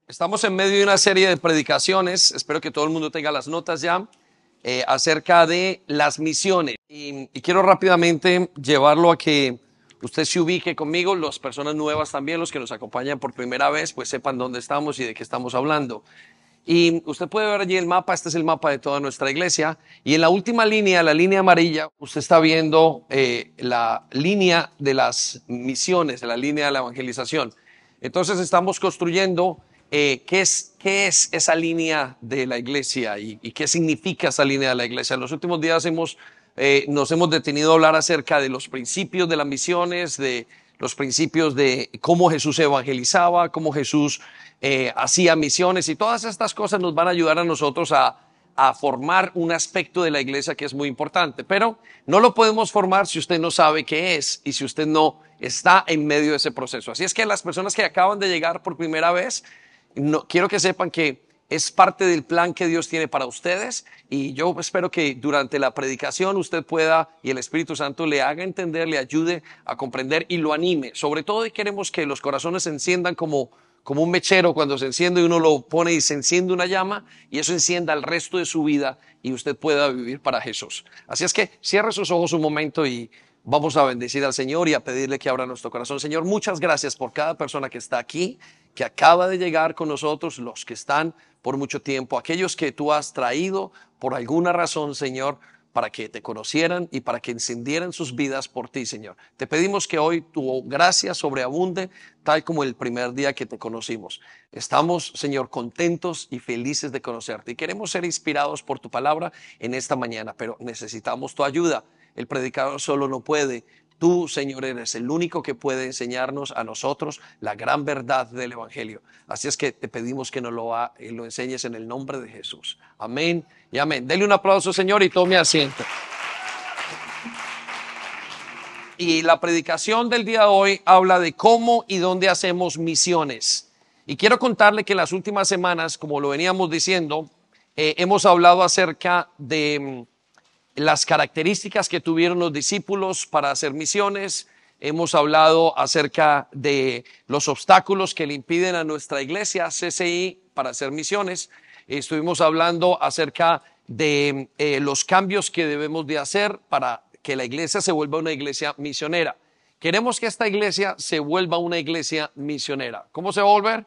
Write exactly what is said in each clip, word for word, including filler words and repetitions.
Estamos en medio de una serie de predicaciones, espero que todo el mundo tenga las notas ya, eh, acerca de las misiones. Y, y quiero rápidamente llevarlo a que usted se ubique conmigo, las personas nuevas también, los que nos acompañan por primera vez, pues sepan dónde estamos y de qué estamos hablando. Y usted puede ver allí el mapa, este es el mapa de toda nuestra iglesia, y en la última línea, la línea amarilla, usted está viendo eh, la línea de las misiones, de la línea de la evangelización. Entonces estamos construyendo eh, qué es, qué es esa línea de la iglesia y, y qué significa esa línea de la iglesia. En los últimos días hemos, eh, nos hemos detenido a hablar acerca de los principios de las misiones, de los principios de cómo Jesús evangelizaba, cómo Jesús eh, hacía misiones, y todas estas cosas nos van a ayudar a nosotros a, a formar un aspecto de la iglesia que es muy importante. Pero no lo podemos formar si usted no sabe qué es y si usted no está en medio de ese proceso. Así es que las personas que acaban de llegar por primera vez, no, quiero que sepan que es parte del plan que Dios tiene para ustedes, y yo espero que durante la predicación usted pueda y el Espíritu Santo le haga entender, le ayude a comprender y lo anime. Sobre todo queremos que los corazones se enciendan como, como un mechero cuando se enciende y uno lo pone y se enciende una llama, y eso encienda el resto de su vida y usted pueda vivir para Jesús. Así es que cierre sus ojos un momento y vamos a bendecir al Señor y a pedirle que abra nuestro corazón. Señor, muchas gracias por cada persona que está aquí, que acaba de llegar con nosotros, los que están por mucho tiempo, aquellos que tú has traído por alguna razón, Señor, para que te conocieran y para que encendieran sus vidas por ti, Señor. Te pedimos que hoy tu gracia sobreabunde tal como el primer día que te conocimos. Estamos, Señor, contentos y felices de conocerte y queremos ser inspirados por tu palabra en esta mañana, pero necesitamos tu ayuda. El predicador solo no puede. Tú, Señor, eres el único que puede enseñarnos a nosotros la gran verdad del Evangelio. Así es que te pedimos que nos lo, ha, lo enseñes en el nombre de Jesús. Amén y amén. Dele un aplauso, Señor, y tome asiento. Y la predicación del día de hoy habla de cómo y dónde hacemos misiones. Y quiero contarle que en las últimas semanas, como lo veníamos diciendo, eh, hemos hablado acerca de las características que tuvieron los discípulos para hacer misiones. Hemos hablado acerca de los obstáculos que le impiden a nuestra iglesia C C I para hacer misiones. Estuvimos hablando acerca de eh, los cambios que debemos de hacer para que la iglesia se vuelva una iglesia misionera. Queremos que esta iglesia se vuelva una iglesia misionera. ¿Cómo se va a volver?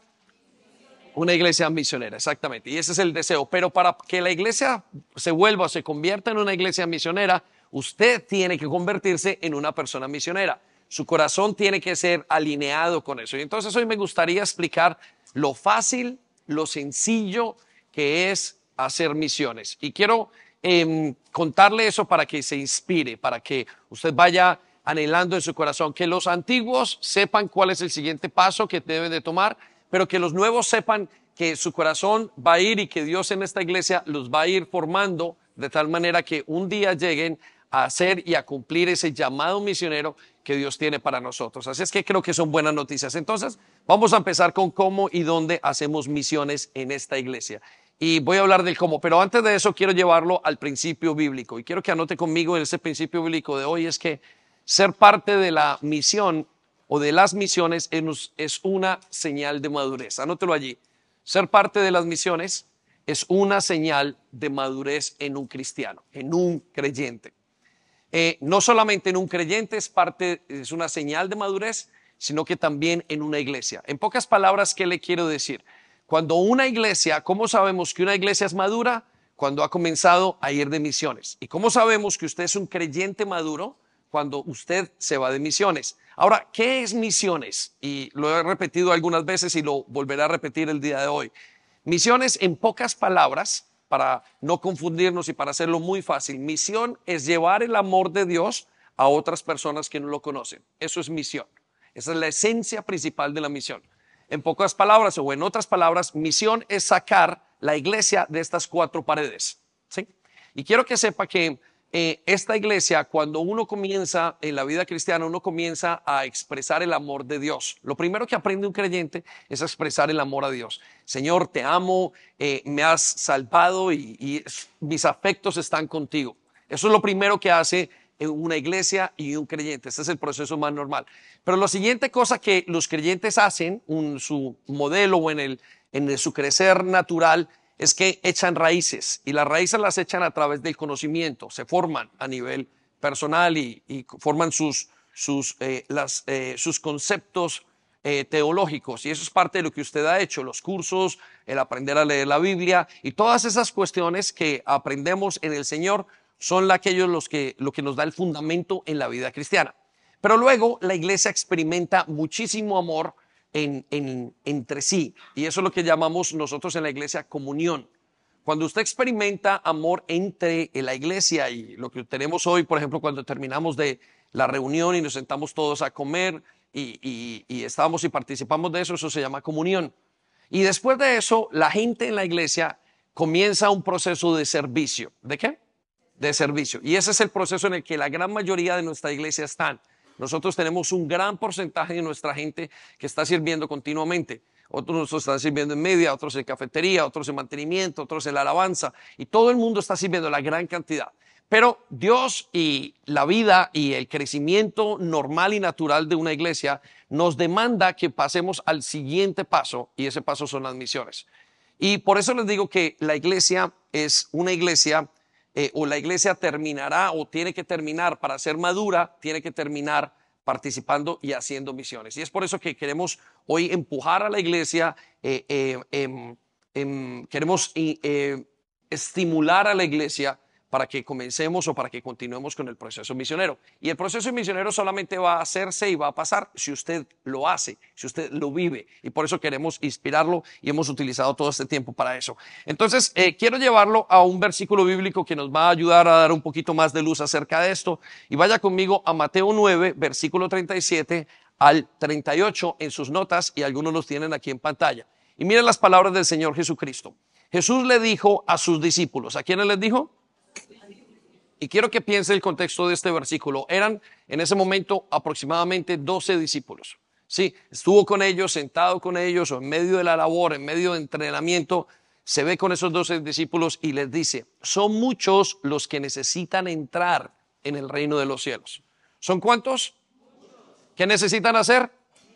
Una iglesia misionera, exactamente. Y ese es el deseo. Pero para que la iglesia se vuelva o se convierta en una iglesia misionera, usted tiene que convertirse en una persona misionera. Su corazón tiene que ser alineado con eso. Y entonces hoy me gustaría explicar lo fácil, lo sencillo que es hacer misiones. Y quiero eh, contarle eso para que se inspire, para que usted vaya anhelando en su corazón, que los antiguos sepan cuál es el siguiente paso que deben de tomar, pero que los nuevos sepan que su corazón va a ir y que Dios en esta iglesia los va a ir formando de tal manera que un día lleguen a hacer y a cumplir ese llamado misionero que Dios tiene para nosotros. Así es que creo que son buenas noticias. Entonces, vamos a empezar con cómo y dónde hacemos misiones en esta iglesia. Y voy a hablar del cómo, pero antes de eso quiero llevarlo al principio bíblico. Y quiero que anote conmigo en ese principio bíblico de hoy, es que ser parte de la misión o de las misiones es una señal de madurez. Anótelo allí. Ser parte de las misiones es una señal de madurez en un cristiano, en un creyente. Eh, no solamente en un creyente es parte, es una señal de madurez, sino que también en una iglesia. En pocas palabras, ¿qué le quiero decir? Cuando una iglesia, ¿cómo sabemos que una iglesia es madura? Cuando ha comenzado a ir de misiones. ¿Y cómo sabemos que usted es un creyente maduro? Cuando usted se va de misiones. Ahora, ¿qué es misiones? Y lo he repetido algunas veces y lo volveré a repetir el día de hoy. Misiones, en pocas palabras, para no confundirnos y para hacerlo muy fácil, misión es llevar el amor de Dios a otras personas que no lo conocen. Eso es misión. Esa es la esencia principal de la misión. En pocas palabras, o en otras palabras, misión es sacar la iglesia de estas cuatro paredes, ¿sí? Y quiero que sepa que Eh, esta iglesia, cuando uno comienza en la vida cristiana, uno comienza a expresar el amor de Dios. Lo primero que aprende un creyente es a expresar el amor a Dios. Señor, te amo, eh, me has salvado y, y mis afectos están contigo. Eso es lo primero que hace en una iglesia y un creyente. Ese es el proceso más normal. Pero la siguiente cosa que los creyentes hacen, un, su modelo o en el en su crecer natural es que echan raíces y las raíces las echan a través del conocimiento, se forman a nivel personal y, y forman sus, sus, eh, las, eh, sus conceptos eh, teológicos y eso es parte de lo que usted ha hecho, los cursos, el aprender a leer la Biblia y todas esas cuestiones que aprendemos en el Señor son aquellos los que, lo que nos da el fundamento en la vida cristiana. Pero luego la iglesia experimenta muchísimo amor en, en, entre sí. Y eso es lo que llamamos nosotros en la iglesia comunión. Cuando usted experimenta amor entre la iglesia y lo que tenemos hoy, por ejemplo, cuando terminamos de la reunión y nos sentamos todos a comer y, y, y estamos y participamos de eso, eso se llama comunión. Y después de eso, la gente en la iglesia comienza un proceso de servicio. ¿De qué? De servicio. Y ese es el proceso en el que la gran mayoría de nuestra iglesia están. Nosotros tenemos un gran porcentaje de nuestra gente que está sirviendo continuamente. Otros están sirviendo en media, otros en cafetería, otros en mantenimiento, otros en la alabanza. Y todo el mundo está sirviendo la gran cantidad. Pero Dios y la vida y el crecimiento normal y natural de una iglesia nos demanda que pasemos al siguiente paso y ese paso son las misiones. Y por eso les digo que la iglesia es una iglesia Eh, o la iglesia terminará o tiene que terminar para ser madura, tiene que terminar participando y haciendo misiones. Y es por eso que queremos hoy empujar a la iglesia, eh, eh, eh, eh, queremos eh, estimular a la iglesia para que comencemos o para que continuemos con el proceso misionero. Y el proceso misionero solamente va a hacerse y va a pasar si usted lo hace, si usted lo vive. Y por eso queremos inspirarlo y hemos utilizado todo este tiempo para eso. Entonces, eh, quiero llevarlo a un versículo bíblico que nos va a ayudar a dar un poquito más de luz acerca de esto. Y vaya conmigo a Mateo nueve, versículo treinta y siete al treinta y ocho en sus notas y algunos los tienen aquí en pantalla. Y miren las palabras del Señor Jesucristo. Jesús le dijo a sus discípulos, ¿a quiénes les dijo? Y quiero que piense el contexto de este versículo. Eran en ese momento aproximadamente doce discípulos. Sí, estuvo con ellos, sentado con ellos o en medio de la labor, en medio de entrenamiento, se ve con esos doce discípulos y les dice, son muchos los que necesitan entrar en el reino de los cielos. ¿Son cuántos? ¿Qué necesitan hacer?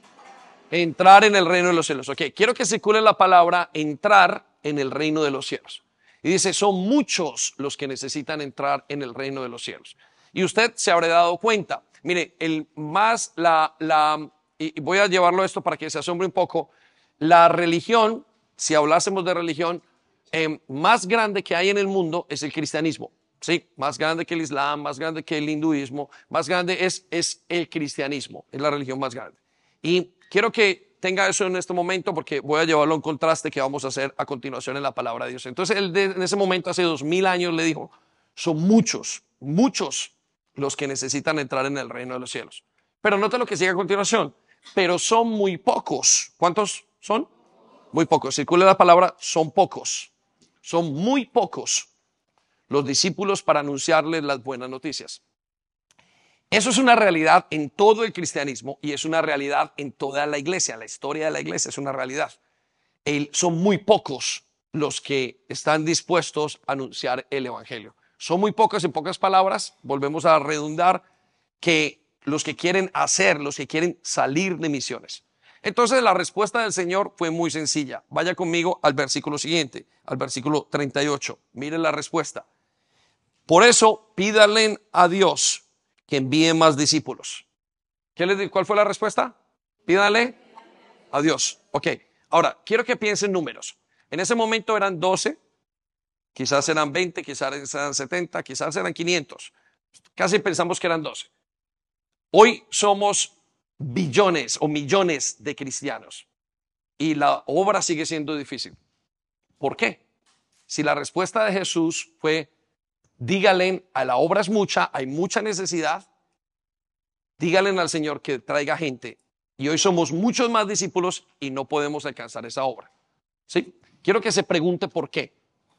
Entrar en el reino de los cielos. Ok, quiero que circule la palabra entrar en el reino de los cielos. Y dice, son muchos los que necesitan entrar en el reino de los cielos. Y usted se habrá dado cuenta. Mire, el más, la, la, y voy a llevarlo esto para que se asombre un poco. La religión, si hablásemos de religión, eh, más grande que hay en el mundo es el cristianismo. Sí, más grande que el islam, más grande que el hinduismo, más grande es, es el cristianismo, es la religión más grande. Y quiero que tenga eso en este momento porque voy a llevarlo en contraste que vamos a hacer a continuación en la palabra de Dios. Entonces él de, en ese momento hace dos mil años le dijo, son muchos, muchos los que necesitan entrar en el reino de los cielos. Pero note lo que sigue a continuación, pero son muy pocos. ¿Cuántos son? Muy pocos. Circula la palabra, son pocos. Son muy pocos los discípulos para anunciarles las buenas noticias. Eso es una realidad en todo el cristianismo y es una realidad en toda la iglesia. La historia de la iglesia es una realidad. El, son muy pocos los que están dispuestos a anunciar el evangelio. Son muy pocos, en pocas palabras, volvemos a redundar, que los que quieren hacer, los que quieren salir de misiones. Entonces la respuesta del Señor fue muy sencilla. Vaya conmigo al versículo siguiente, al versículo treinta y ocho. Miren la respuesta. Por eso pídanle a Dios que envíe más discípulos. ¿Qué les digo? ¿Cuál fue la respuesta? Pídale a Dios. Ok, ahora quiero que piensen números. En ese momento eran doce, quizás eran veinte, quizás eran setenta, quizás eran quinientos. Casi pensamos que eran doce. Hoy somos billones o millones de cristianos y la obra sigue siendo difícil. ¿Por qué? Si la respuesta de Jesús fue díganle, a la obra es mucha, hay mucha necesidad. Díganle al Señor que traiga gente. Y hoy somos muchos más discípulos y no podemos alcanzar esa obra. ¿Sí? Quiero que se pregunte por qué.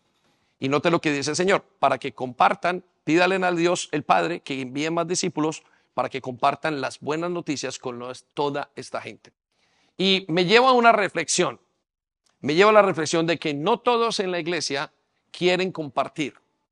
Y note lo que dice el Señor. Para que compartan, pídanle al Dios el Padre que envíe más discípulos para que compartan las buenas noticias con toda esta gente. Y me lleva a una reflexión. Me lleva a la reflexión de que no todos en la iglesia quieren compartir.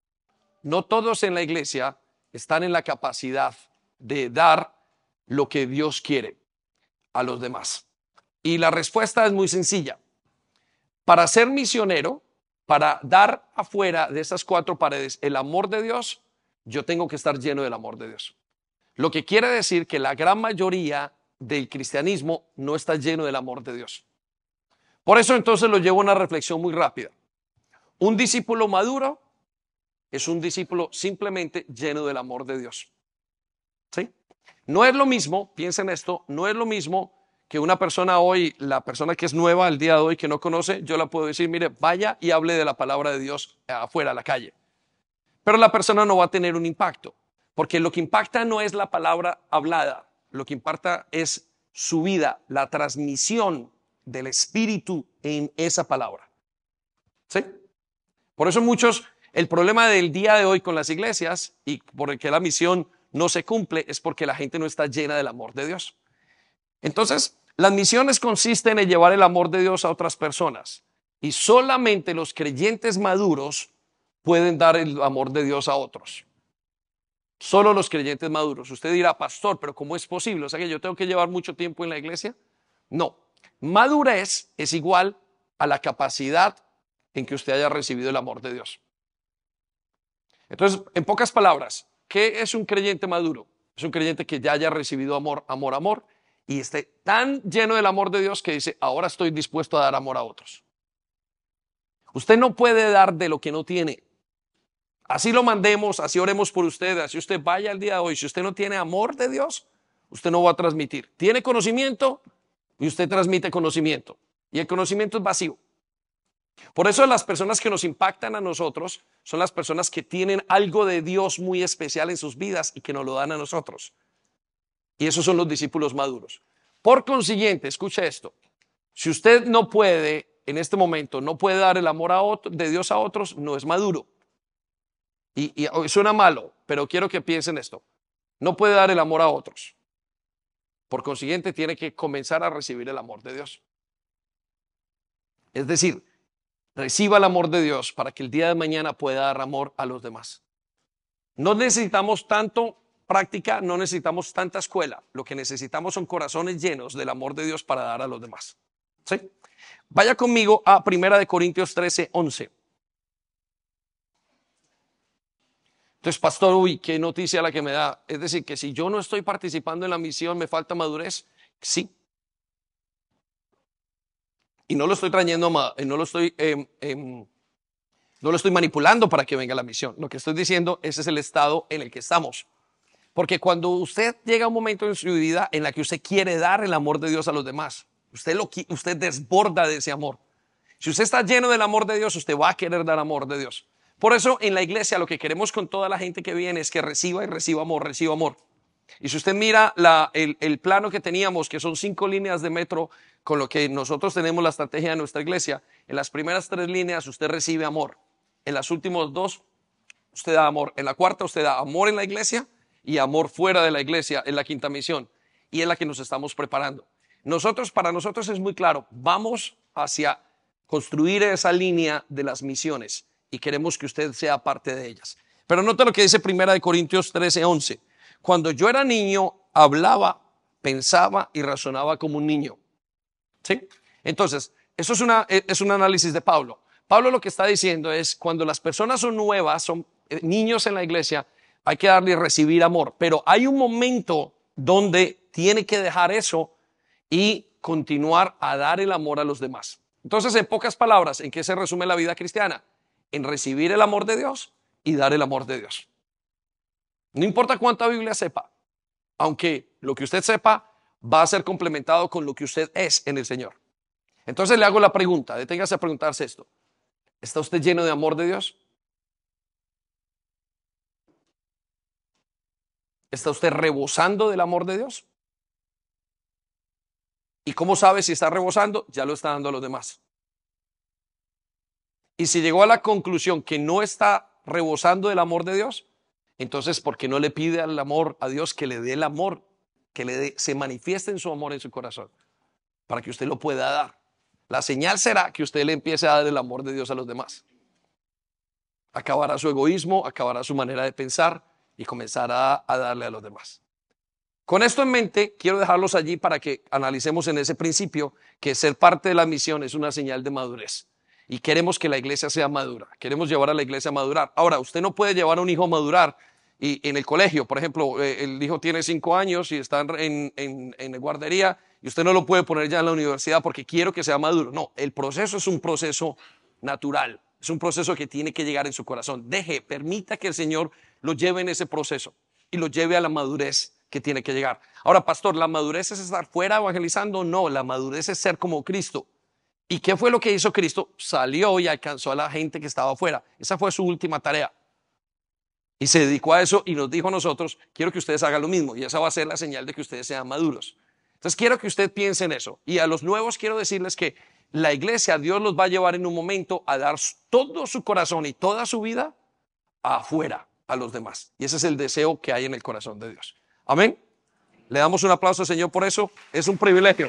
No todos en la iglesia están en la capacidad de dar lo que Dios quiere a los demás. Y la respuesta es muy sencilla. Para ser misionero, para dar afuera de esas cuatro paredes el amor de Dios, yo tengo que estar lleno del amor de Dios. Lo que quiere decir que la gran mayoría del cristianismo no está lleno del amor de Dios. Por eso entonces lo llevo a una reflexión muy rápida. Un discípulo maduro es un discípulo simplemente lleno del amor de Dios. ¿Sí? No es lo mismo, piensen esto, no es lo mismo que una persona hoy, la persona que es nueva el día de hoy, que no conoce, yo la puedo decir, mire, vaya y hable de la palabra de Dios afuera, a la calle. Pero la persona no va a tener un impacto, porque lo que impacta no es la palabra hablada, lo que impacta es su vida, la transmisión del Espíritu en esa palabra. ¿Sí? Por eso muchos, el problema del día de hoy con las iglesias y por el que la misión no se cumple es porque la gente no está llena del amor de Dios. Entonces, las misiones consisten en llevar el amor de Dios a otras personas y solamente los creyentes maduros pueden dar el amor de Dios a otros. Solo los creyentes maduros. Usted dirá, pastor, pero ¿cómo es posible? O sea que yo tengo que llevar mucho tiempo en la iglesia. No, madurez es igual a la capacidad en que usted haya recibido el amor de Dios. Entonces, en pocas palabras, ¿qué es un creyente maduro? Es un creyente que ya haya recibido amor, amor, amor y esté tan lleno del amor de Dios que dice, ahora estoy dispuesto a dar amor a otros. Usted no puede dar de lo que no tiene. Así lo mandemos, así oremos por usted, así usted vaya el día de hoy. Si usted no tiene amor de Dios, usted no va a transmitir. Tiene conocimiento y usted transmite conocimiento. Y el conocimiento es vacío. Por eso las personas que nos impactan a nosotros son las personas que tienen algo de Dios muy especial en sus vidas y que nos lo dan a nosotros. Y esos son los discípulos maduros. Por consiguiente, escuche esto. Si usted no puede, en este momento, no puede dar el amor a otro, de Dios a otros, no es maduro. Y, y suena malo, pero quiero que piensen esto. No puede dar el amor a otros. Por consiguiente, tiene que comenzar a recibir el amor de Dios. Es decir, reciba el amor de Dios para que el día de mañana pueda dar amor a los demás. No necesitamos tanto práctica, no necesitamos tanta escuela. Lo que necesitamos son corazones llenos del amor de Dios para dar a los demás. ¿Sí? Vaya conmigo a Primera de Corintios trece, once. Entonces, pastor, uy, qué noticia la que me da. Es decir, que si yo no estoy participando en la misión, ¿me falta madurez? Sí. Y no lo estoy trayendo, no lo estoy, eh, eh, no lo estoy manipulando para que venga la misión. Lo que estoy diciendo, ese es el estado en el que estamos. Porque cuando usted llega a un momento en su vida en la que usted quiere dar el amor de Dios a los demás, usted, lo, usted desborda de ese amor. Si usted está lleno del amor de Dios, usted va a querer dar amor de Dios. Por eso en la iglesia lo que queremos con toda la gente que viene es que reciba y reciba amor, reciba amor. Y si usted mira la, el, el plano que teníamos, que son cinco líneas de metro, con lo que nosotros tenemos la estrategia de nuestra iglesia, en las primeras tres líneas usted recibe amor. En las últimas dos, usted da amor. En la cuarta, usted da amor en la iglesia y amor fuera de la iglesia, en la quinta misión. Y es la que nos estamos preparando. Nosotros, para nosotros es muy claro, vamos hacia construir esa línea de las misiones y queremos que usted sea parte de ellas. Pero nota lo que dice Primera de Corintios trece, once. Cuando yo era niño, hablaba, pensaba y razonaba como un niño. ¿Sí? Entonces, eso es, una, es un análisis de Pablo. Pablo lo que está diciendo es, cuando las personas son nuevas, son eh, niños en la iglesia, hay que darle y recibir amor. Pero hay un momento donde tiene que dejar eso y continuar a dar el amor a los demás. Entonces, en pocas palabras, ¿en qué se resume la vida cristiana? En recibir el amor de Dios y dar el amor de Dios. No importa cuánta Biblia sepa, aunque lo que usted sepa va a ser complementado con lo que usted es en el Señor. Entonces le hago la pregunta, deténgase a preguntarse esto. ¿Está usted lleno de amor de Dios? ¿Está usted rebosando del amor de Dios? ¿Y cómo sabe si está rebosando? Ya lo está dando a los demás. Y si llegó a la conclusión que no está rebosando del amor de Dios, entonces, ¿por qué no le pide al amor a Dios que le dé el amor, que le dé, se manifieste en su amor en su corazón, para que usted lo pueda dar? La señal será que usted le empiece a dar el amor de Dios a los demás. Acabará su egoísmo, acabará su manera de pensar y comenzará a darle a los demás. Con esto en mente, quiero dejarlos allí para que analicemos en ese principio que ser parte de la misión es una señal de madurez. y queremos que la iglesia sea madura. Queremos llevar a la iglesia a madurar. Ahora, usted no puede llevar a un hijo a madurar y en el colegio, por ejemplo, eh, el hijo tiene cinco años y está en, en, en guardería y usted no lo puede poner ya en la universidad porque quiero que sea maduro. No, el proceso es un proceso natural, es un proceso que tiene que llegar en su corazón. Deje, permita que el Señor lo lleve en ese proceso y lo lleve a la madurez que tiene que llegar. Ahora, pastor, ¿la madurez es estar fuera evangelizando? No, la madurez es ser como Cristo. ¿Y qué fue lo que hizo Cristo? Salió y alcanzó a la gente que estaba afuera. Esa fue su última tarea. Y se dedicó a eso y nos dijo a nosotros, quiero que ustedes hagan lo mismo. Y esa va a ser la señal de que ustedes sean maduros. Entonces quiero que usted piense en eso. Y a los nuevos quiero decirles que la iglesia, Dios los va a llevar en un momento a dar todo su corazón y toda su vida afuera a los demás. Y ese es el deseo que hay en el corazón de Dios. Amén. Le damos un aplauso al Señor por eso. Es un privilegio.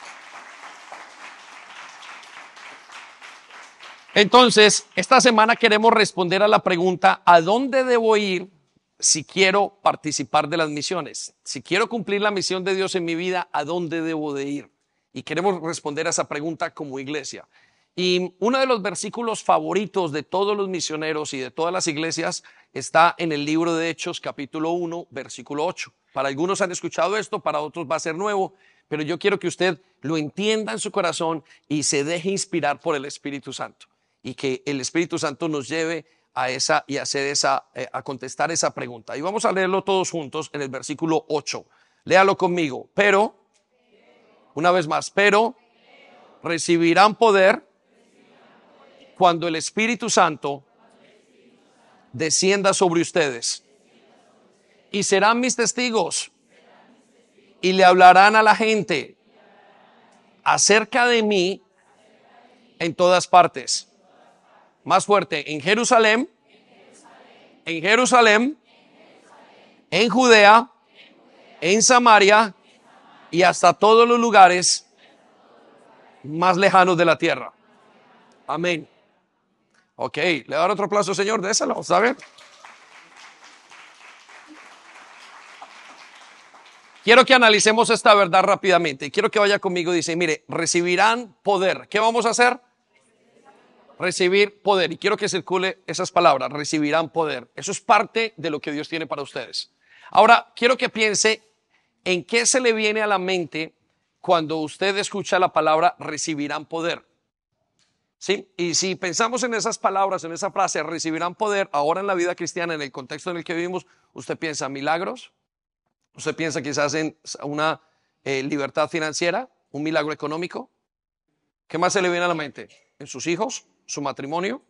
Entonces, esta semana queremos responder a la pregunta, ¿a dónde debo ir si quiero participar de las misiones? Si quiero cumplir la misión de Dios en mi vida, ¿a dónde debo de ir? Y queremos responder a esa pregunta como iglesia. Y uno de los versículos favoritos de todos los misioneros y de todas las iglesias está en el libro de Hechos, capítulo uno, versículo ocho. Para algunos han escuchado esto, para otros va a ser nuevo, pero yo quiero que usted lo entienda en su corazón y se deje inspirar por el Espíritu Santo. Y que el Espíritu Santo nos lleve a esa y a hacer esa, eh, a contestar esa pregunta. Y vamos a leerlo todos juntos en el versículo ocho. Léalo conmigo. Pero, una vez más, pero recibirán poder cuando el Espíritu Santo descienda sobre ustedes. Y serán mis testigos. Y le hablarán a la gente acerca de mí en todas partes. Más fuerte, en Jerusalén, en Jerusalén, en Judea, en Samaria y hasta todos los lugares más lejanos de la tierra. Amén. Ok, le voy a dar otro aplauso, Señor, déselo, ¿saben? Quiero que analicemos esta verdad rápidamente. Quiero que vaya conmigo y dice, mire, recibirán poder. ¿Qué vamos a hacer? Recibir poder. Y quiero que circule esas palabras, recibirán poder. Eso es parte de lo que Dios tiene para ustedes. Ahora, quiero que piense en qué se le viene a la mente cuando usted escucha la palabra recibirán poder. ¿Sí? Y si pensamos en esas palabras, en esa frase, recibirán poder, ahora en la vida cristiana, en el contexto en el que vivimos, usted piensa milagros, usted piensa quizás en una eh, libertad financiera, un milagro económico. ¿Qué más se le viene a la mente? ¿En sus hijos? ¿Su matrimonio?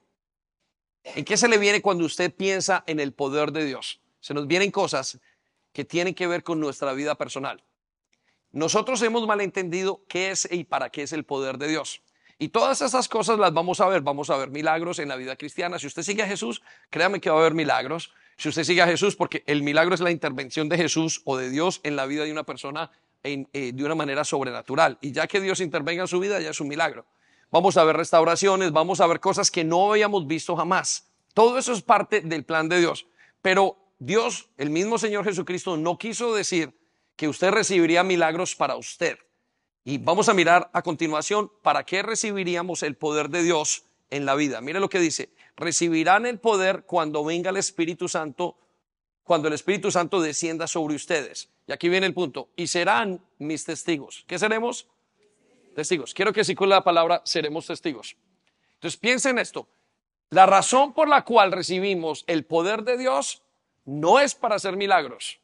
¿En qué se le viene cuando usted piensa en el poder de Dios? Se nos vienen cosas que tienen que ver con nuestra vida personal. Nosotros hemos malentendido qué es y para qué es el poder de Dios. Y todas esas cosas las vamos a ver. Vamos a ver milagros en la vida cristiana. Si usted sigue a Jesús, créame que va a haber milagros. Si usted sigue a Jesús, porque el milagro es la intervención de Jesús o de Dios en la vida de una persona en, eh, de una manera sobrenatural. Y ya que Dios intervenga en su vida, ya es un milagro. Vamos a ver restauraciones, vamos a ver cosas que no habíamos visto jamás. Todo eso es parte del plan de Dios. Pero Dios, el mismo Señor Jesucristo, no quiso decir que usted recibiría milagros para usted. Y vamos a mirar a continuación para qué recibiríamos el poder de Dios en la vida. Mire lo que dice, recibirán el poder cuando venga el Espíritu Santo, cuando el Espíritu Santo descienda sobre ustedes. Y aquí viene el punto, y serán mis testigos. ¿Qué seremos? Testigos. Quiero que circule la palabra seremos testigos. Entonces piensen esto. La razón por la cual recibimos el poder de Dios no es para hacer milagros.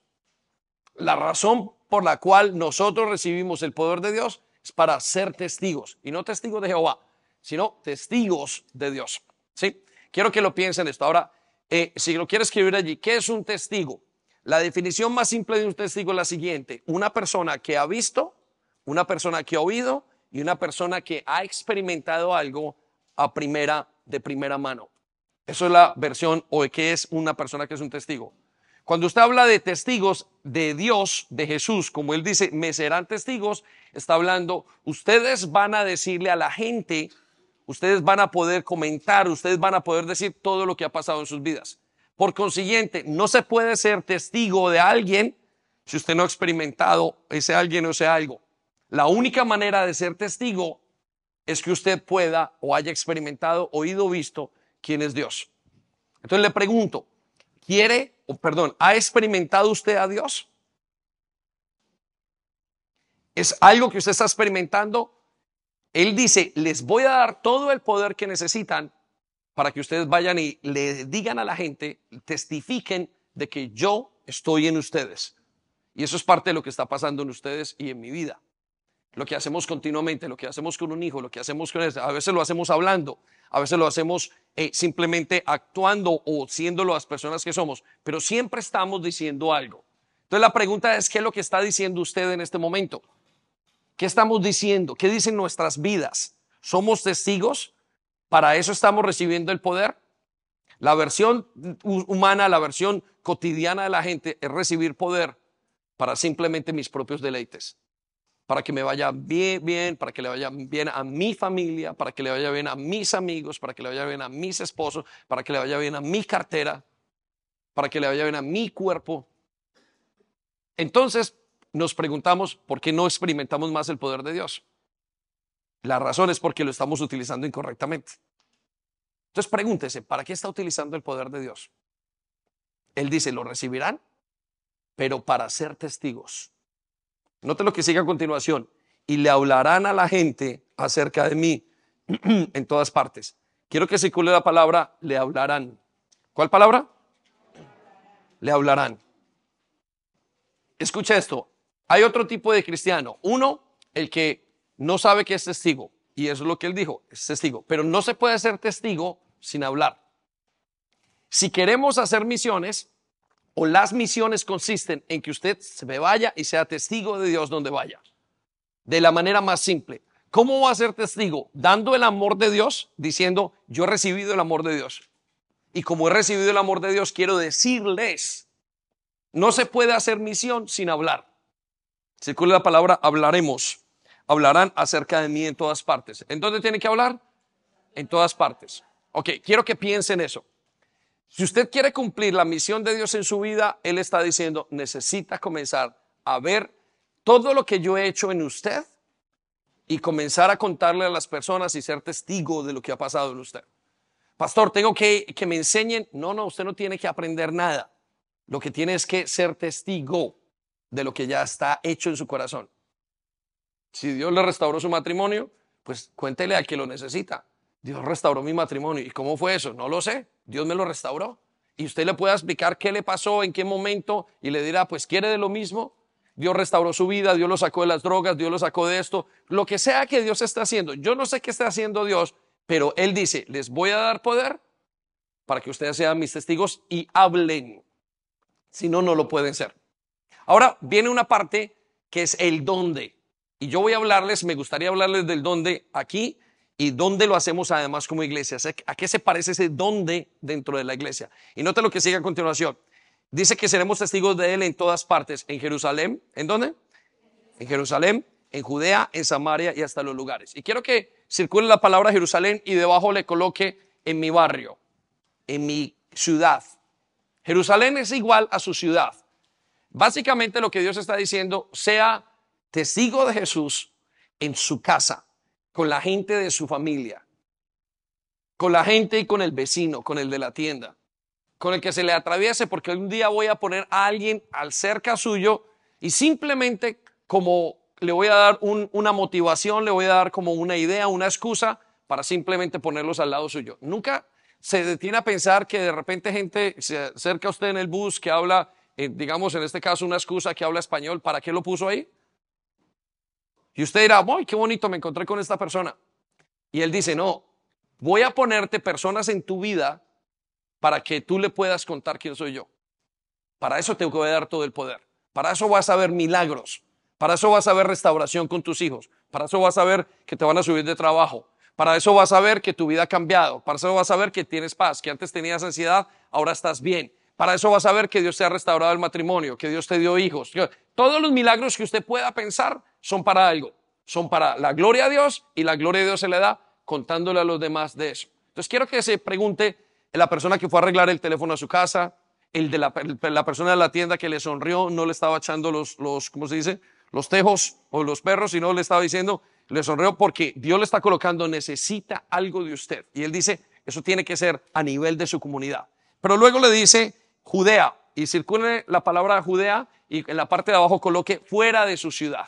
La razón por la cual nosotros recibimos el poder de Dios es para ser testigos. Y no testigos de Jehová, sino testigos de Dios. ¿Sí? Quiero que lo piensen esto. Ahora, eh, si lo quiere escribir allí, ¿qué es un testigo? La definición más simple de un testigo es la siguiente. Una persona que ha visto, una persona que ha oído y una persona que ha experimentado algo a primera, de primera mano. Eso es la versión o de qué es una persona que es un testigo. Cuando usted habla de testigos de Dios, de Jesús, como él dice, me serán testigos, está hablando, ustedes van a decirle a la gente, ustedes van a poder comentar, ustedes van a poder decir todo lo que ha pasado en sus vidas. Por consiguiente, no se puede ser testigo de alguien si usted no ha experimentado ese alguien o ese algo. La única manera de ser testigo es que usted pueda o haya experimentado, oído, visto quién es Dios. Entonces le pregunto, ¿quiere, o perdón, ha experimentado usted a Dios? ¿Es algo que usted está experimentando? Él dice, les voy a dar todo el poder que necesitan para que ustedes vayan y le digan a la gente, testifiquen de que yo estoy en ustedes. Y eso es parte de lo que está pasando en ustedes y en mi vida. Lo que hacemos continuamente, lo que hacemos con un hijo, lo que hacemos con él, a veces lo hacemos hablando, a veces lo hacemos eh, simplemente actuando o siendo las personas que somos, pero siempre estamos diciendo algo. Entonces la pregunta es, ¿qué es lo que está diciendo usted en este momento? ¿Qué estamos diciendo? ¿Qué dicen nuestras vidas? ¿Somos testigos? ¿Para eso estamos recibiendo el poder? La versión humana, la versión cotidiana de la gente es recibir poder para simplemente mis propios deleites. Para que me vaya bien, bien, para que le vaya bien a mi familia, para que le vaya bien a mis amigos, para que le vaya bien a mis esposos, para que le vaya bien a mi cartera, para que le vaya bien a mi cuerpo. Entonces nos preguntamos, ¿por qué no experimentamos más el poder de Dios? La razón es porque lo estamos utilizando incorrectamente. Entonces pregúntese, ¿para qué está utilizando el poder de Dios? Él dice, lo recibirán, pero para ser testigos. Note lo que sigue a continuación. Y le hablarán a la gente acerca de mí en todas partes. Quiero que circule la palabra, le hablarán. ¿Cuál palabra? Le hablarán. Escucha esto. Hay otro tipo de cristiano. Uno, el que no sabe que es testigo. Y eso es lo que él dijo, es testigo. Pero no se puede ser testigo sin hablar. Si queremos hacer misiones, o las misiones consisten en que usted se vaya y sea testigo de Dios donde vaya. De la manera más simple. ¿Cómo va a ser testigo? Dando el amor de Dios, diciendo, yo he recibido el amor de Dios. Y como he recibido el amor de Dios, quiero decirles, no se puede hacer misión sin hablar. Circula la palabra, hablaremos. Hablarán acerca de mí en todas partes. ¿En dónde tiene que hablar? En todas partes. Ok, quiero que piensen eso. Si usted quiere cumplir la misión de Dios en su vida, Él está diciendo, necesita comenzar a ver todo lo que yo he hecho en usted y comenzar a contarle a las personas y ser testigo de lo que ha pasado en usted. Pastor, tengo que que me enseñen. No, no, usted no tiene que aprender nada. Lo que tiene es que ser testigo de lo que ya está hecho en su corazón. Si Dios le restauró su matrimonio, pues cuéntele al que lo necesita. Dios restauró mi matrimonio. ¿Y cómo fue eso? No lo sé. Dios me lo restauró. Y usted le puede explicar qué le pasó, en qué momento, y le dirá, pues quiere de lo mismo. Dios restauró su vida, Dios lo sacó de las drogas, Dios lo sacó de esto. Lo que sea que Dios está haciendo. Yo no sé qué está haciendo Dios, pero Él dice, les voy a dar poder para que ustedes sean mis testigos y hablen. Si no, no lo pueden ser. Ahora viene una parte que es el dónde. Y yo voy a hablarles, me gustaría hablarles del dónde aquí y dónde lo hacemos además como iglesia. ¿A qué se parece ese dónde dentro de la iglesia? Y nota lo que sigue a continuación. Dice que seremos testigos de Él en todas partes. En Jerusalén, ¿en dónde? En Jerusalén, en Judea, en Samaria y hasta los lugares. Y quiero que circule la palabra Jerusalén y debajo le coloque en mi barrio, en mi ciudad. Jerusalén es igual a su ciudad. Básicamente lo que Dios está diciendo, sea testigo de Jesús en su casa, con la gente de su familia, con la gente y con el vecino, con el de la tienda, con el que se le atraviese, porque un día voy a poner a alguien al cerca suyo y simplemente como le voy a dar un, una motivación, le voy a dar como una idea, una excusa para simplemente ponerlos al lado suyo. Nunca se detiene a pensar que de repente gente se acerca a usted en el bus que habla, eh, digamos en este caso una excusa que habla español, ¿para qué lo puso ahí? Y usted dirá, ¡ay, qué bonito, me encontré con esta persona! Y él dice, no, voy a ponerte personas en tu vida para que tú le puedas contar quién soy yo. Para eso te voy a dar todo el poder. Para eso vas a ver milagros. Para eso vas a ver restauración con tus hijos. Para eso vas a ver que te van a subir de trabajo. Para eso vas a ver que tu vida ha cambiado. Para eso vas a ver que tienes paz, que antes tenías ansiedad, ahora estás bien. Para eso vas a ver que Dios te ha restaurado el matrimonio, que Dios te dio hijos. Todos los milagros que usted pueda pensar son para algo. Son para la gloria a Dios y la gloria de Dios se le da contándole a los demás de eso. Entonces quiero que se pregunte la persona que fue a arreglar el teléfono a su casa, el de la, la persona de la tienda que le sonrió, no le estaba echando los, los, ¿cómo se dice? Los tejos o los perros, sino le estaba diciendo, Le sonrió porque Dios le está colocando, necesita algo de usted. Y él dice, eso tiene que ser a nivel de su comunidad. Pero luego le dice Judea, y circule la palabra Judea y en la parte de abajo coloque fuera de su ciudad.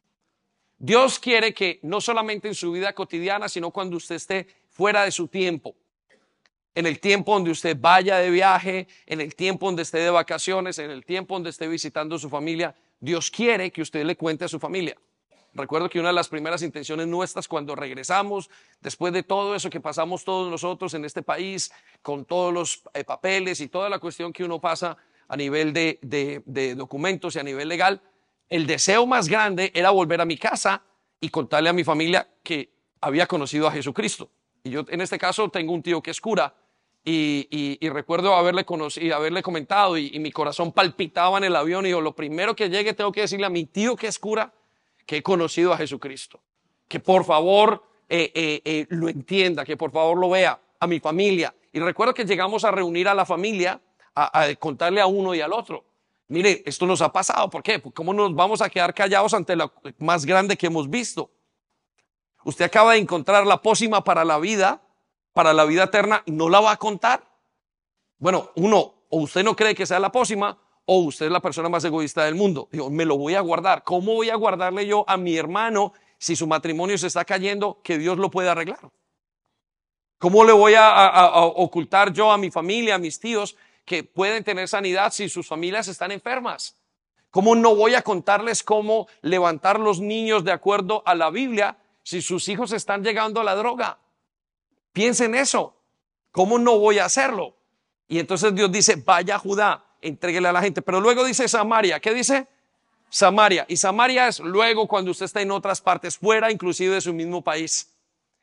Dios quiere que no solamente en su vida cotidiana, sino cuando usted esté fuera de su tiempo, en el tiempo donde usted vaya de viaje, en el tiempo donde esté de vacaciones, en el tiempo donde esté visitando a su familia, Dios quiere que usted le cuente a su familia. Recuerdo que una de las primeras intenciones nuestras cuando regresamos, después de todo eso que pasamos todos nosotros en este país, con todos los eh, papeles y toda la cuestión que uno pasa a nivel de, de, de documentos y a nivel legal, el deseo más grande era volver a mi casa y contarle a mi familia que había conocido a Jesucristo. Y yo en este caso tengo un tío que es cura y, y, y recuerdo haberle, conocido, haberle comentado y, y mi corazón palpitaba en el avión y yo lo primero que llegue tengo que decirle a mi tío que es cura que he conocido a Jesucristo, que por favor eh, eh, eh, lo entienda, que por favor lo vea, a mi familia. Y recuerdo que llegamos a reunir a la familia, a, a contarle a uno y al otro. Mire, esto nos ha pasado, ¿por qué? ¿Cómo nos vamos a quedar callados ante lo más grande que hemos visto? Usted acaba de encontrar la pócima para la vida, para la vida eterna, y no la va a contar. Bueno, uno, o usted no cree que sea la pócima, o usted es la persona más egoísta del mundo. Digo, me lo voy a guardar. ¿Cómo voy a guardarle yo a mi hermano si su matrimonio se está cayendo que Dios lo puede arreglar? ¿Cómo le voy a, a, a ocultar yo a mi familia, a mis tíos que pueden tener sanidad si sus familias están enfermas? ¿Cómo no voy a contarles cómo levantar los niños de acuerdo a la Biblia si sus hijos están llegando a la droga? Piensen eso. ¿Cómo no voy a hacerlo? Y entonces Dios dice, vaya a Judá, entréguele a la gente. Pero luego dice Samaria. ¿Qué dice? Samaria. Y Samaria es luego cuando usted está en otras partes, fuera inclusive de su mismo país.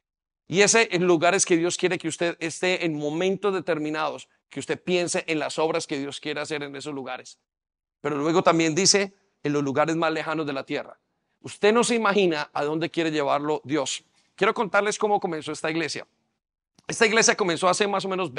Y ese en lugares que Dios quiere que usted esté en momentos determinados, que usted piense en las obras que Dios quiere hacer en esos lugares. Pero luego también dice en los lugares más lejanos de la tierra. Usted no se imagina a dónde quiere llevarlo Dios. Quiero contarles cómo comenzó esta iglesia. Esta iglesia comenzó hace más o menos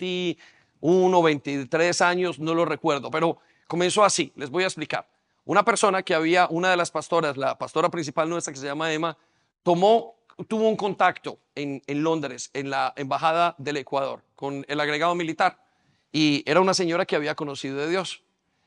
veintiuno, veintitrés años, no lo recuerdo, pero comenzó así. Les voy a explicar. Una persona que había, una de las pastoras, la pastora principal nuestra que se llama Emma, tomó, tuvo un contacto en, en Londres, en la embajada del Ecuador, con el agregado militar. Y era una señora que había conocido de Dios.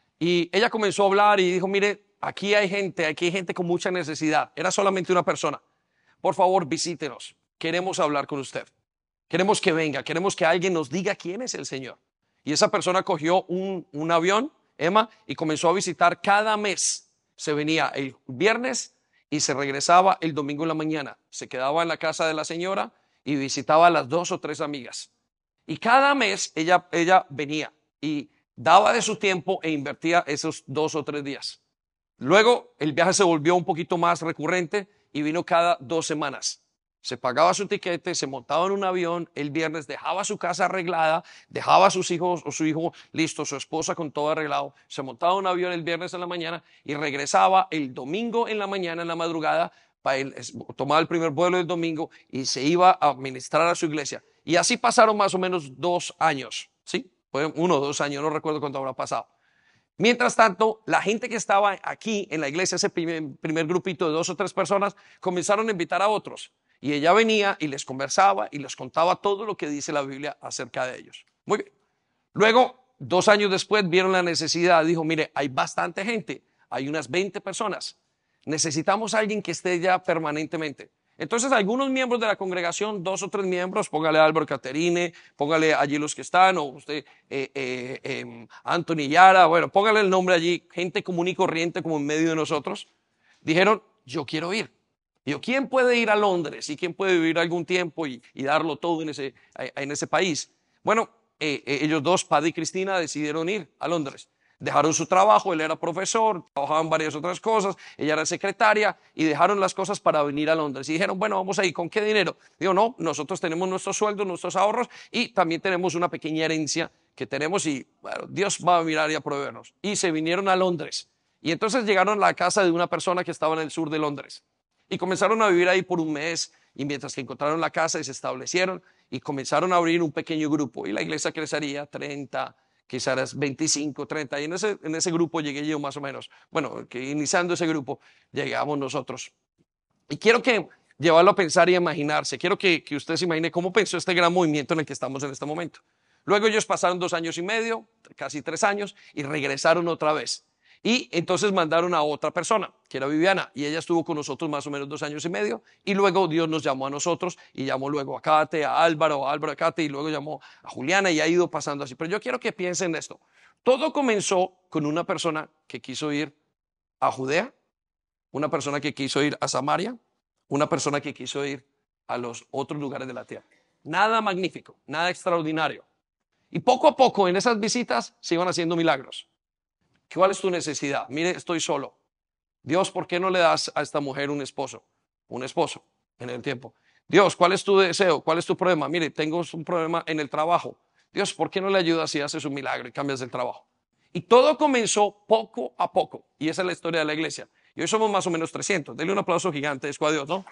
Y ella comenzó a hablar y dijo, mire, aquí hay gente, aquí hay gente con mucha necesidad. Era solamente una persona. Por favor, visítenos. Queremos hablar con usted. Queremos que venga, queremos que alguien nos diga quién es el Señor. Y esa persona cogió un, un avión, Emma, y comenzó a visitar cada mes. Se venía el viernes y se regresaba el domingo en la mañana. Se quedaba en la casa de la señora y visitaba a las dos o tres amigas. Y cada mes ella, ella venía y daba de su tiempo e invertía esos dos o tres días. Luego el viaje se volvió un poquito más recurrente y vino cada dos semanas. Se pagaba su tiquete, se montaba en un avión, el viernes dejaba su casa arreglada, dejaba a sus hijos o su hijo listo, su esposa con todo arreglado, se montaba en un avión el viernes en la mañana y regresaba el domingo en la mañana, en la madrugada, para él, tomaba el primer vuelo el domingo y se iba a ministrar a su iglesia. Y así pasaron más o menos dos años, ¿sí? Fue uno o dos años, no recuerdo cuánto habrá pasado. Mientras tanto, la gente que estaba aquí en la iglesia, ese primer, primer grupito de dos o tres personas, comenzaron a invitar a otros. Y ella venía y les conversaba y les contaba todo lo que dice la Biblia acerca de ellos. Muy bien. Luego, dos años después, vieron la necesidad. Dijo, mire, hay bastante gente, hay unas veinte personas. Necesitamos a alguien que esté ya permanentemente. Entonces, algunos miembros de la congregación, dos o tres miembros, póngale a Álvaro Caterine, póngale allí los que están, o usted, eh, eh, eh, Anthony Yara, bueno, póngale el nombre allí, gente común y corriente como en medio de nosotros. Dijeron, yo quiero ir. Digo, ¿quién puede ir a Londres y quién puede vivir algún tiempo y, y darlo todo en ese, en ese país? Bueno, eh, eh, ellos dos, Paddy y Cristina, decidieron ir a Londres. Dejaron su trabajo, él era profesor, trabajaban varias otras cosas, ella era secretaria y dejaron las cosas para venir a Londres. Y dijeron, bueno, vamos a ir, ¿con qué dinero? Digo, no, nosotros tenemos nuestros sueldos, nuestros ahorros y también tenemos una pequeña herencia que tenemos y bueno, Dios va a mirar y a proveernos. Y se vinieron a Londres. Y entonces llegaron a la casa de una persona que estaba en el sur de Londres. Y comenzaron a vivir ahí por un mes y mientras que encontraron la casa y se establecieron y comenzaron a abrir un pequeño grupo y la iglesia crecería treinta, quizás veinticinco, treinta y en ese, en ese grupo llegué yo más o menos. Bueno, que iniciando ese grupo llegamos nosotros. Y quiero que llevarlo a pensar y a imaginarse. Quiero que, que usted se imagine cómo pensó este gran movimiento en el que estamos en este momento. Luego ellos pasaron dos años y medio, casi tres años, y regresaron otra vez. Y entonces mandaron a otra persona, que era Viviana, y ella estuvo con nosotros más o menos dos años y medio, y luego Dios nos llamó a nosotros, y llamó luego a Kate, a Álvaro, a Álvaro, a Kate, y luego llamó a Juliana, y ha ido pasando así. Pero yo quiero que piensen en esto. Todo comenzó con una persona que quiso ir a Judea, una persona que quiso ir a Samaria, una persona que quiso ir a los otros lugares de la tierra. Nada magnífico, nada extraordinario. Y poco a poco en esas visitas se iban haciendo milagros. ¿Cuál es tu necesidad? Mire, estoy solo. Dios, ¿por qué no le das a esta mujer un esposo? Un esposo en el tiempo. Dios, ¿cuál es tu deseo? ¿Cuál es tu problema? Mire, tengo un problema en el trabajo. Dios, ¿por qué no le ayudas y haces un milagro y cambias el trabajo? Y todo comenzó poco a poco. Y esa es la historia de la iglesia. Y hoy somos más o menos trescientos. Denle un aplauso gigante a Dios, ¿no?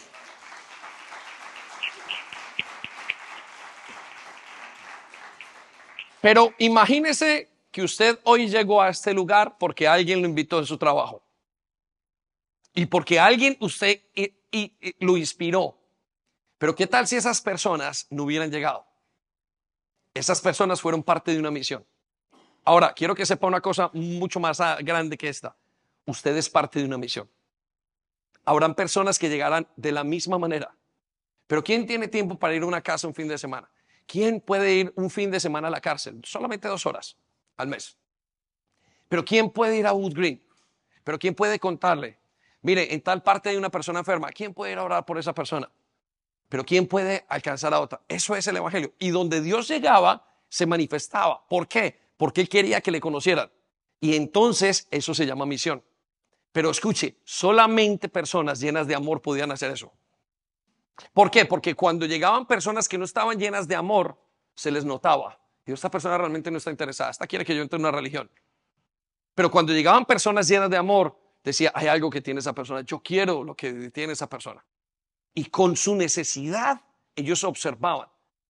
Pero imagínese que usted hoy llegó a este lugar porque alguien lo invitó en su trabajo. Y porque alguien usted y, y, y lo inspiró. Pero ¿qué tal si esas personas no hubieran llegado? Esas personas fueron parte de una misión. Ahora, quiero que sepa una cosa mucho más grande que esta. Usted es parte de una misión. Habrán personas que llegarán de la misma manera. Pero ¿quién tiene tiempo para ir a una casa un fin de semana? ¿Quién puede ir un fin de semana a la cárcel? Solamente dos horas al mes. Pero ¿quién puede ir a Wood Green? Pero ¿quién puede contarle? Mire, en tal parte hay una persona enferma. ¿Quién puede ir a orar por esa persona? Pero ¿quién puede alcanzar a otra? Eso es el evangelio. Y donde Dios llegaba, se manifestaba. ¿Por qué? Porque Él quería que le conocieran. Y entonces eso se llama misión. Pero escuche, solamente personas llenas de amor podían hacer eso. ¿Por qué? Porque cuando llegaban personas que no estaban llenas de amor, se les notaba. Y esta persona realmente no está interesada. Esta quiere que yo entre en una religión. Pero cuando llegaban personas llenas de amor, decía, hay algo que tiene esa persona. Yo quiero lo que tiene esa persona. Y con su necesidad, ellos observaban.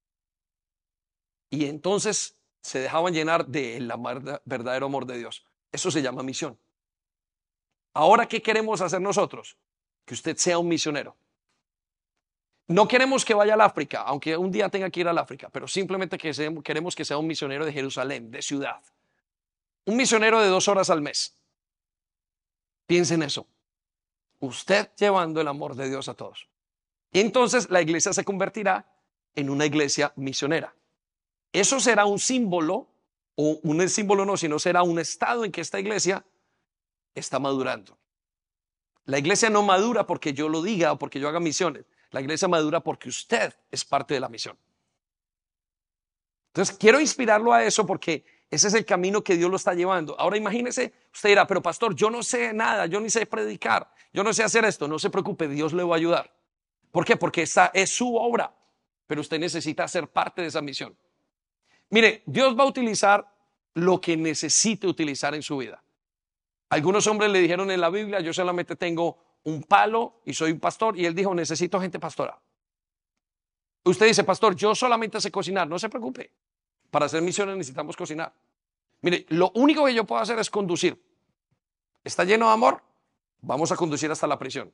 Y entonces se dejaban llenar del verdadero amor de Dios. Eso se llama misión. Ahora, ¿qué queremos hacer nosotros? Que usted sea un misionero. No queremos que vaya al África, aunque un día tenga que ir al África, pero simplemente que sea, queremos que sea un misionero de Jerusalén, de ciudad. Un misionero de dos horas al mes. Piensen en eso. Usted llevando el amor de Dios a todos. Y entonces la iglesia se convertirá en una iglesia misionera. Eso será un símbolo, o un símbolo no, sino será un estado en que esta iglesia está madurando. La iglesia no madura porque yo lo diga o porque yo haga misiones. La iglesia madura porque usted es parte de la misión. Entonces quiero inspirarlo a eso porque ese es el camino que Dios lo está llevando. Ahora imagínese, usted dirá, pero pastor, yo no sé nada, yo ni sé predicar, yo no sé hacer esto. No se preocupe, Dios le va a ayudar. ¿Por qué? Porque esa es su obra, pero usted necesita ser parte de esa misión. Mire, Dios va a utilizar lo que necesite utilizar en su vida. Algunos hombres le dijeron en la Biblia, yo solamente tengo un palo y soy un pastor, y él dijo, necesito gente pastora. Usted dice, pastor, yo solamente sé cocinar. No se preocupe, para hacer misiones necesitamos cocinar. Mire, lo único que yo puedo hacer es conducir. ¿Está lleno de amor? Vamos a conducir hasta la prisión.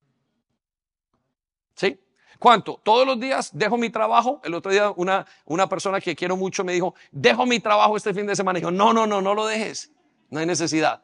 ¿Sí? ¿Cuánto? Todos los días dejo mi trabajo. El otro día una, una persona que quiero mucho me dijo, dejo mi trabajo este fin de semana. Y dijo, no, no, no, no lo dejes. No hay necesidad.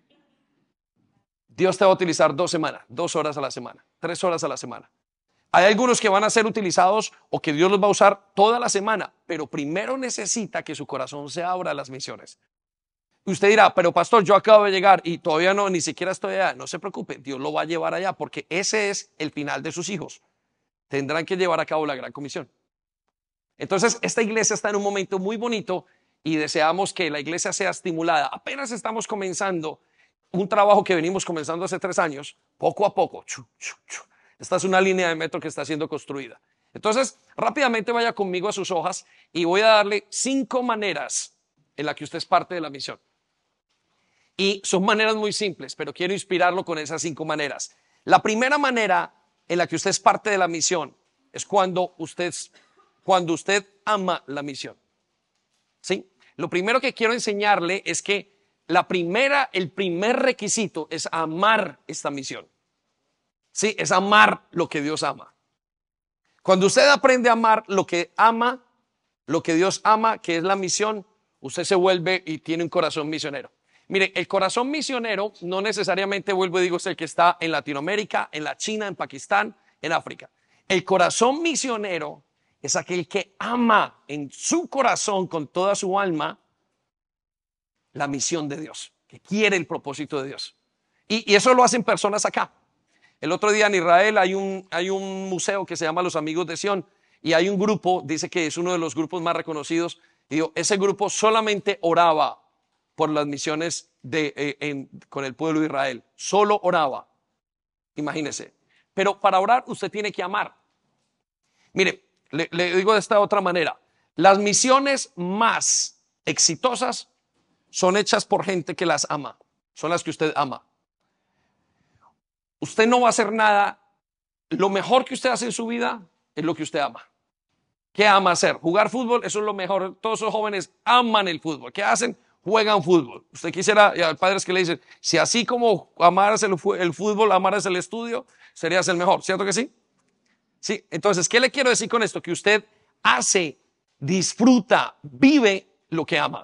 Dios te va a utilizar dos semanas, dos horas a la semana, tres horas a la semana. Hay algunos que van a ser utilizados o que Dios los va a usar toda la semana, pero primero necesita que su corazón se abra a las misiones. Y usted dirá, pero pastor, yo acabo de llegar y todavía no, ni siquiera estoy allá. No se preocupe, Dios lo va a llevar allá porque ese es el final de sus hijos. Tendrán que llevar a cabo la gran comisión. Entonces, esta iglesia está en un momento muy bonito y deseamos que la iglesia sea estimulada. Apenas estamos comenzando un trabajo que venimos comenzando hace tres años, poco a poco. Chu, chu, chu. Esta es una línea de metro que está siendo construida. Entonces, rápidamente vaya conmigo a sus hojas y voy a darle cinco maneras en las que usted es parte de la misión. Y son maneras muy simples, pero quiero inspirarlo con esas cinco maneras. La primera manera en la que usted es parte de la misión es cuando usted, cuando usted ama la misión. ¿Sí? Lo primero que quiero enseñarle es que la primera, el primer requisito es amar esta misión. Sí, es amar lo que Dios ama. Cuando usted aprende a amar lo que ama, lo que Dios ama, que es la misión, usted se vuelve y tiene un corazón misionero. Mire, el corazón misionero no necesariamente, vuelvo y digo, es el que está en Latinoamérica, en la China, en Pakistán, en África. El corazón misionero es aquel que ama en su corazón con toda su alma la misión de Dios, que quiere el propósito de Dios. Y, y eso lo hacen personas acá. El otro día en Israel hay un, hay un museo que se llama Los Amigos de Sión y hay un grupo, dice que es uno de los grupos más reconocidos, y digo, ese grupo solamente oraba por las misiones de, eh, en, con el pueblo de Israel, solo oraba, imagínese. Pero para orar usted tiene que amar. Mire, le, le digo de esta otra manera, las misiones más exitosas son hechas por gente que las ama, son las que usted ama. Usted no va a hacer nada. Lo mejor que usted hace en su vida es lo que usted ama. ¿Qué ama hacer? Jugar fútbol, eso es lo mejor. Todos esos jóvenes aman el fútbol. ¿Qué hacen? Juegan fútbol. Usted quisiera, y hay padres que le dicen, si así como amaras el, el fútbol, amaras el estudio, serías el mejor. ¿Cierto que sí? Sí. Entonces, ¿qué le quiero decir con esto? Que usted hace, disfruta, vive lo que ama.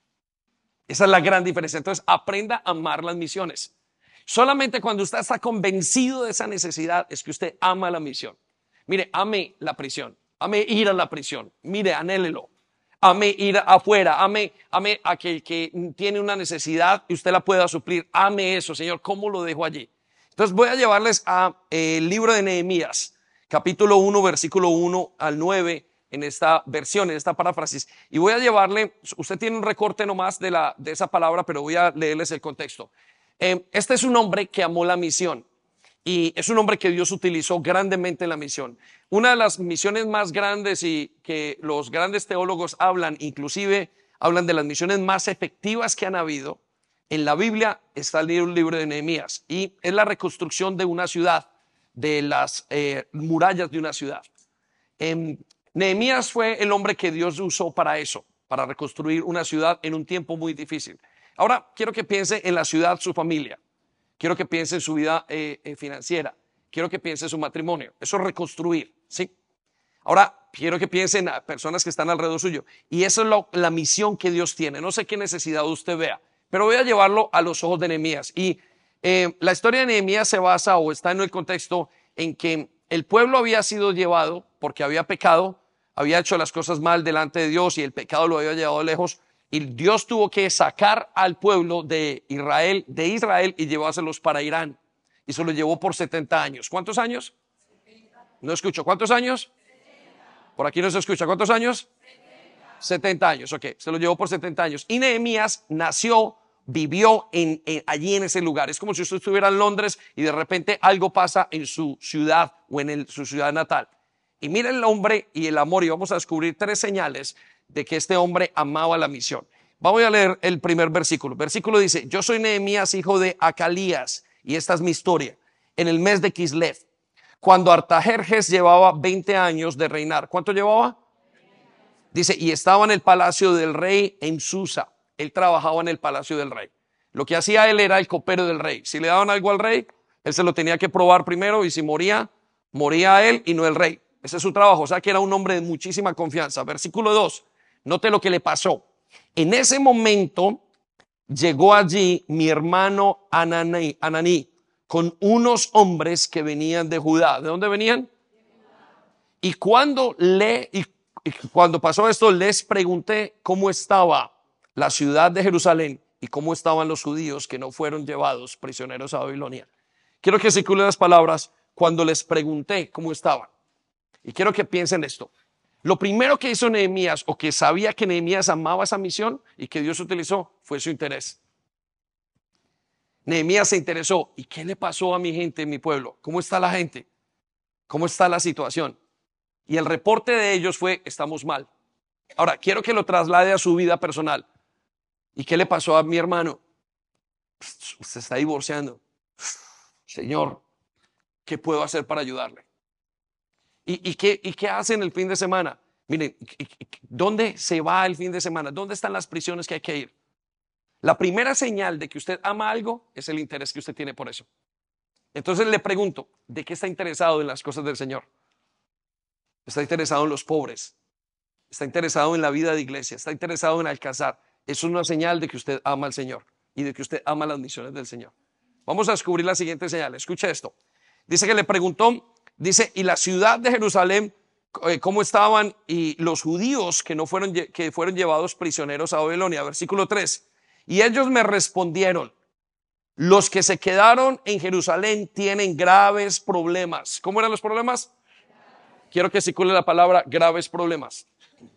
Esa es la gran diferencia. Entonces, aprenda a amar las misiones. Solamente cuando usted está convencido de esa necesidad es que usted ama la misión. Mire, ame la prisión, ame ir a la prisión, mire, anhélelo, ame ir afuera, ame, ame a aquel que tiene una necesidad y usted la pueda suplir, ame eso, Señor, ¿cómo lo dejo allí? Entonces voy a llevarles al eh, libro de Nehemías, capítulo uno, versículo uno al nueve, en esta versión, en esta paráfrasis, y voy a llevarle, usted tiene un recorte nomás de, la, de esa palabra, pero voy a leerles el contexto. Eh, este es un hombre que amó la misión y es un hombre que Dios utilizó grandemente en la misión. Una de las misiones más grandes y que los grandes teólogos hablan, inclusive hablan de las misiones más efectivas que han habido, en la Biblia está el libro de Nehemías y es la reconstrucción de una ciudad, de las eh, murallas de una ciudad. Eh, Nehemías fue el hombre que Dios usó para eso, para reconstruir una ciudad en un tiempo muy difícil. Ahora quiero que piense en la ciudad, su familia. Quiero que piense en su vida eh, eh, financiera. Quiero que piense en su matrimonio. Eso es reconstruir, ¿sí? Ahora quiero que piense en personas que están alrededor suyo. Y esa es lo, la misión que Dios tiene. No sé qué necesidad usted vea, pero voy a llevarlo a los ojos de Nehemías. Y eh, la historia de Nehemías se basa o está en el contexto en que el pueblo había sido llevado porque había pecado, había hecho las cosas mal delante de Dios y el pecado lo había llevado lejos. Y Dios tuvo que sacar al pueblo de Israel, de Israel y llevárselos para Irán. Y se lo llevó por setenta años. ¿Cuántos años? No escucho. ¿Cuántos años? Por aquí no se escucha. ¿Cuántos años? setenta años, ok. Se lo llevó por setenta años. Y Nehemías nació, vivió en, en, allí en ese lugar. Es como si usted estuviera en Londres y de repente algo pasa en su ciudad o en el, su ciudad natal. Y mira el hombre y el amor, y vamos a descubrir tres señales de que este hombre amaba la misión. Vamos a leer el primer versículo. Versículo dice, yo soy Nehemías, hijo de Acalías, y esta es mi historia. En el mes de Kislev, cuando Artajerjes llevaba veinte años de reinar. ¿Cuánto llevaba? Dice, y estaba en el palacio del rey en Susa. Él trabajaba en el palacio del rey. Lo que hacía él era el copero del rey. Si le daban algo al rey, él se lo tenía que probar primero, y si moría, moría él y no el rey. Ese es su trabajo, o sea que era un hombre de muchísima confianza. Versículo dos, note lo que le pasó. En ese momento llegó allí mi hermano Ananí, Ananí con unos hombres que venían de Judá. ¿De dónde venían? Y cuando, le, y, y cuando pasó esto, les pregunté cómo estaba la ciudad de Jerusalén y cómo estaban los judíos que no fueron llevados prisioneros a Babilonia. Quiero que circulen las palabras cuando les pregunté cómo estaban. Y quiero que piensen esto. Lo primero que hizo Nehemías, o que sabía que Nehemías amaba esa misión y que Dios utilizó, fue su interés. Nehemías se interesó. ¿Y qué le pasó a mi gente en mi pueblo? ¿Cómo está la gente? ¿Cómo está la situación? Y el reporte de ellos fue, estamos mal. Ahora, quiero que lo traslade a su vida personal. ¿Y qué le pasó a mi hermano? Se está divorciando. Señor, ¿qué puedo hacer para ayudarle? ¿Y, y, qué, ¿Y qué hacen el fin de semana? Miren, ¿dónde se va el fin de semana? ¿Dónde están las prisiones que hay que ir? La primera señal de que usted ama algo es el interés que usted tiene por eso. Entonces le pregunto, ¿de qué está interesado en las cosas del Señor? ¿Está interesado en los pobres? ¿Está interesado en la vida de iglesia? ¿Está interesado en alcanzar? Eso es una señal de que usted ama al Señor y de que usted ama las misiones del Señor. Vamos a descubrir la siguiente señal. Escucha esto. Dice que le preguntó, dice, y la ciudad de Jerusalén, eh, ¿cómo estaban? Y los judíos que, no fueron, que fueron llevados prisioneros a Babilonia. Versículo tres. Y ellos me respondieron, los que se quedaron en Jerusalén tienen graves problemas. ¿Cómo eran los problemas? Quiero que circule la palabra graves problemas.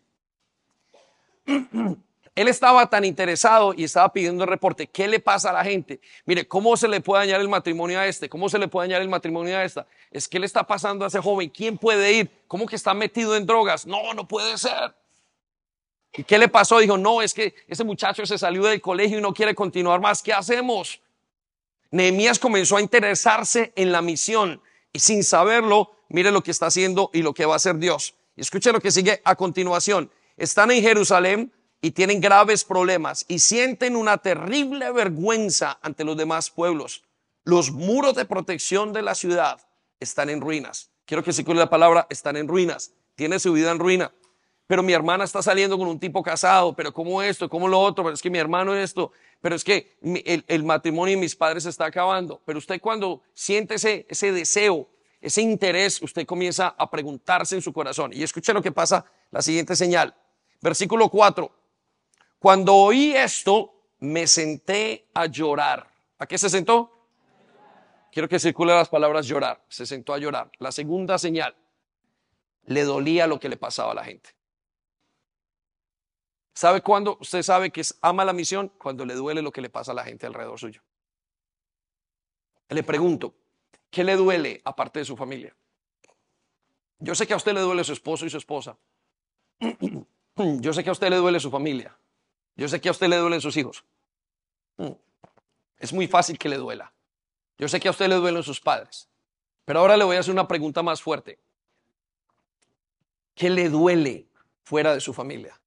Él estaba tan interesado y estaba pidiendo el reporte. ¿Qué le pasa a la gente? Mire, ¿cómo se le puede dañar el matrimonio a este? ¿Cómo se le puede dañar el matrimonio a esta? Es que le está pasando a ese joven. ¿Quién puede ir? ¿Cómo que está metido en drogas? No, no puede ser. ¿Y qué le pasó? Dijo, no, es que ese muchacho se salió del colegio y no quiere continuar más. ¿Qué hacemos? Nehemías comenzó a interesarse en la misión y sin saberlo, mire lo que está haciendo y lo que va a hacer Dios. Y escuche lo que sigue a continuación. Están en Jerusalén y tienen graves problemas y sienten una terrible vergüenza ante los demás pueblos. Los muros de protección de la ciudad están en ruinas. Quiero que circule la palabra, están en ruinas. Tiene su vida en ruina. Pero mi hermana está saliendo con un tipo casado, pero ¿cómo esto? ¿Cómo lo otro? Pero es que mi hermano esto, pero es que el, el matrimonio de mis padres se está acabando. Pero usted cuando siente ese, ese deseo, ese interés, usted comienza a preguntarse en su corazón. Y escuche lo que pasa, la siguiente señal. Versículo cuatro. Cuando oí esto, me senté a llorar. ¿A qué se sentó? Quiero que circule las palabras llorar. Se sentó a llorar. La segunda señal. Le dolía lo que le pasaba a la gente. ¿Sabe cuándo usted sabe que ama la misión? Cuando le duele lo que le pasa a la gente alrededor suyo. Le pregunto, ¿qué le duele aparte de su familia? Yo sé que a usted le duele su esposo y su esposa. Yo sé que a usted le duele su familia. Yo sé que a usted le duelen sus hijos. Es muy fácil que le duela. Yo sé que a usted le duelen sus padres. Pero ahora le voy a hacer una pregunta más fuerte. ¿Qué le duele fuera de su familia?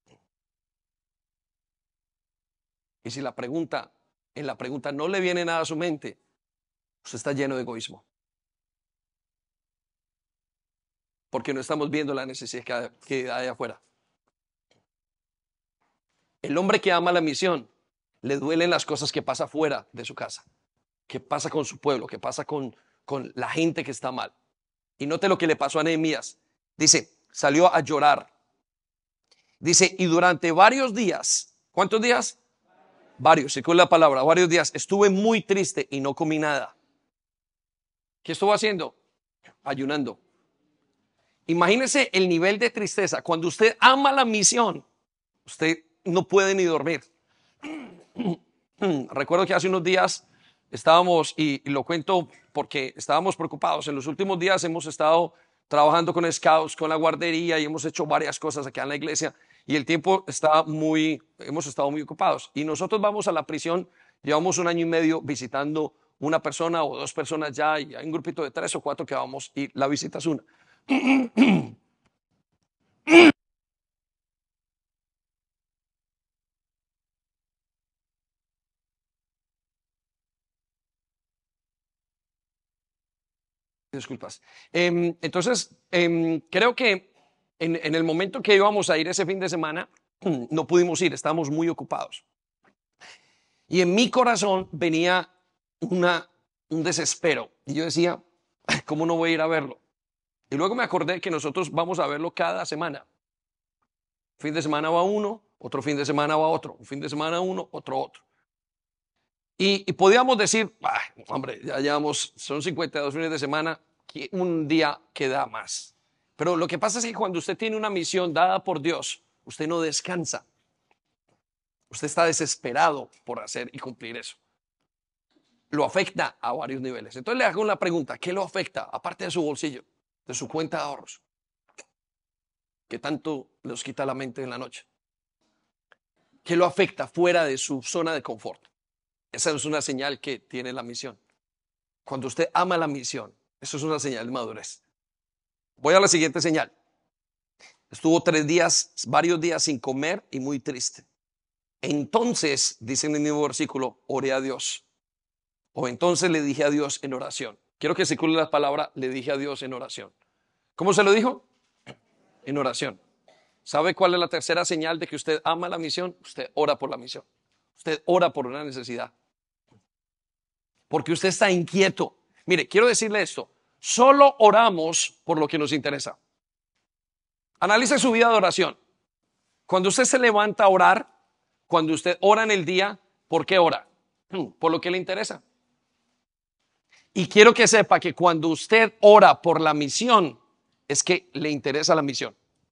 Y si la pregunta, en la pregunta no le viene nada a su mente, usted está lleno de egoísmo. Porque no estamos viendo la necesidad que hay afuera. El hombre que ama la misión, le duelen las cosas que pasa fuera de su casa. ¿Qué pasa con su pueblo? ¿Qué pasa con, con la gente que está mal? Y note lo que le pasó a Nehemías. Dice, salió a llorar. Dice, y durante varios días, ¿cuántos días? Varios, sí, con la palabra, varios días. Estuve muy triste y no comí nada. ¿Qué estuvo haciendo? Ayunando. Imagínese el nivel de tristeza. Cuando usted ama la misión, usted no puede ni dormir. Recuerdo que hace unos días estábamos, y, y lo cuento porque estábamos preocupados. En los últimos días hemos estado trabajando con scouts, con la guardería y hemos hecho varias cosas acá en la iglesia. Y el tiempo está muy, hemos estado muy ocupados. Y nosotros vamos a la prisión, llevamos un año y medio visitando una persona o dos personas ya, y hay un grupito de tres o cuatro que vamos y la visita es una. Disculpas. Eh, entonces, eh, creo que en, en el momento que íbamos a ir ese fin de semana, no pudimos ir, estábamos muy ocupados. Y en mi corazón venía una, un desespero. Y yo decía, ¿cómo no voy a ir a verlo? Y luego me acordé que nosotros vamos a verlo cada semana. Fin de semana va uno, otro fin de semana va otro, un fin de semana uno, otro otro. Y, y podíamos decir, ah, hombre, ya llevamos, son cincuenta y dos fines de semana, que un día queda más. Pero lo que pasa es que cuando usted tiene una misión dada por Dios, usted no descansa. Usted está desesperado por hacer y cumplir eso. Lo afecta a varios niveles. Entonces le hago una pregunta, ¿qué lo afecta? Aparte de su bolsillo, de su cuenta de ahorros, que tanto les quita la mente en la noche. ¿Qué lo afecta fuera de su zona de confort? Esa es una señal que tiene la misión. Cuando usted ama la misión, eso es una señal de madurez. Voy a la siguiente señal. Estuvo tres días, varios días sin comer y muy triste. Entonces, dice en el mismo versículo, oré a Dios. O entonces le dije a Dios en oración. Quiero que circule la palabra, le dije a Dios en oración. ¿Cómo se lo dijo? En oración. ¿Sabe cuál es la tercera señal de que usted ama la misión? Usted ora por la misión. Usted ora por una necesidad. Porque usted está inquieto. Mire, quiero decirle esto. Solo oramos por lo que nos interesa. Analice su vida de oración. Cuando usted se levanta a orar, cuando usted ora en el día, ¿por qué ora? Por lo que le interesa. Y quiero que sepa que cuando usted ora por la misión, es que le interesa la misión.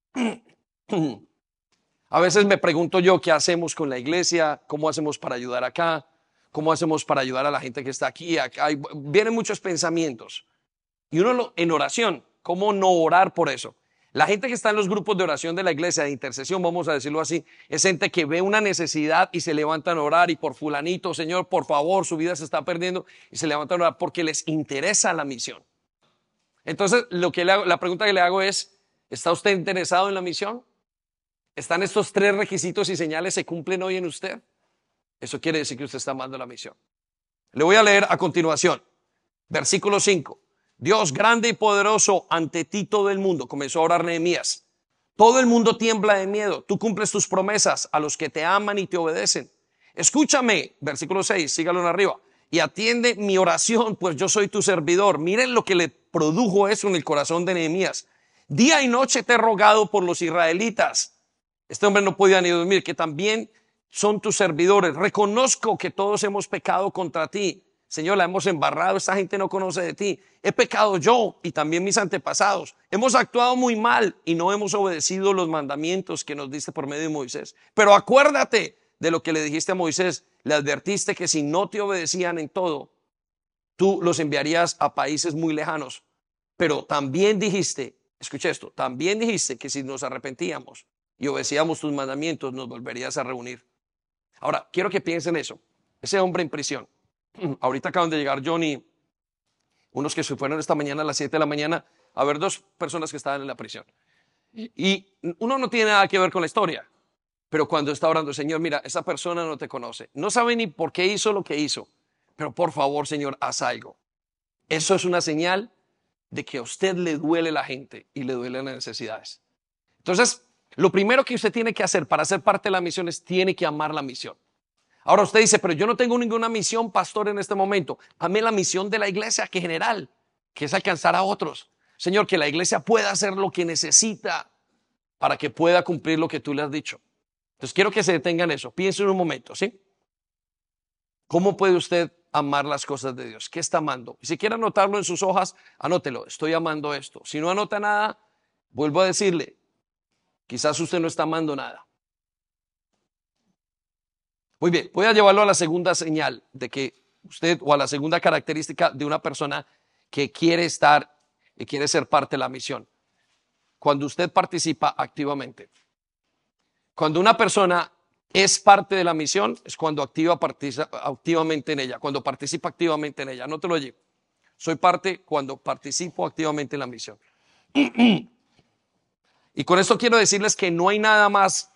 A veces me pregunto yo qué hacemos con la iglesia, cómo hacemos para ayudar acá, cómo hacemos para ayudar a la gente que está aquí. Acá hay, vienen muchos pensamientos. Y uno lo, en oración, ¿cómo no orar por eso? La gente que está en los grupos de oración de la iglesia, de intercesión, vamos a decirlo así, es gente que ve una necesidad y se levantan a orar y por fulanito, Señor, por favor, su vida se está perdiendo y se levantan a orar porque les interesa la misión. Entonces, lo que le hago, la pregunta que le hago es, ¿está usted interesado en la misión? ¿Están estos tres requisitos y señales se cumplen hoy en usted? Eso quiere decir que usted está amando la misión. Le voy a leer a continuación, versículo cinco. Dios grande y poderoso, ante ti todo el mundo, comenzó a orar Nehemías. Todo el mundo tiembla de miedo. Tú cumples tus promesas a los que te aman y te obedecen. Escúchame, versículo seis, sígalo en arriba. Y atiende mi oración, pues yo soy tu servidor. Miren lo que le produjo eso en el corazón de Nehemías. Día y noche te he rogado por los israelitas. Este hombre no podía ni dormir, que también son tus servidores. Reconozco que todos hemos pecado contra ti. Señor, la hemos embarrado, esta gente no conoce de ti. He pecado yo y también mis antepasados. Hemos actuado muy mal y no hemos obedecido los mandamientos que nos diste por medio de Moisés. Pero acuérdate de lo que le dijiste a Moisés. Le advertiste que si no te obedecían en todo, tú los enviarías a países muy lejanos. Pero también dijiste, escucha esto, también dijiste que si nos arrepentíamos y obedecíamos tus mandamientos, nos volverías a reunir. Ahora, quiero que piensen eso. Ese hombre en prisión. Ahorita acaban de llegar Johnny, unos que se fueron esta mañana a las siete de la mañana a ver dos personas que estaban en la prisión. Y uno no tiene nada que ver con la historia, pero cuando está orando, Señor, mira, esa persona no te conoce, no sabe ni por qué hizo lo que hizo, pero por favor, Señor, haz algo. Eso es una señal de que a usted le duele la gente y le duelen las necesidades. Entonces, lo primero que usted tiene que hacer para ser parte de la misión es tiene que amar la misión. Ahora usted dice, pero yo no tengo ninguna misión, pastor, en este momento. Ame la misión de la iglesia que general, que es alcanzar a otros. Señor, que la iglesia pueda hacer lo que necesita para que pueda cumplir lo que tú le has dicho. Entonces quiero que se detengan en eso. Piensen un momento, ¿sí? ¿Cómo puede usted amar las cosas de Dios? ¿Qué está amando? Y si quiere anotarlo en sus hojas, anótelo. Estoy amando esto. Si no anota nada, vuelvo a decirle, quizás usted no está amando nada. Muy bien, voy a llevarlo a la segunda señal de que usted, o a la segunda característica de una persona que quiere estar y quiere ser parte de la misión. Cuando usted participa activamente. Cuando una persona es parte de la misión, es cuando activa participa, activamente en ella, cuando participa activamente en ella. No te lo digo. Soy parte cuando participo activamente en la misión. Y con esto quiero decirles que no hay nada más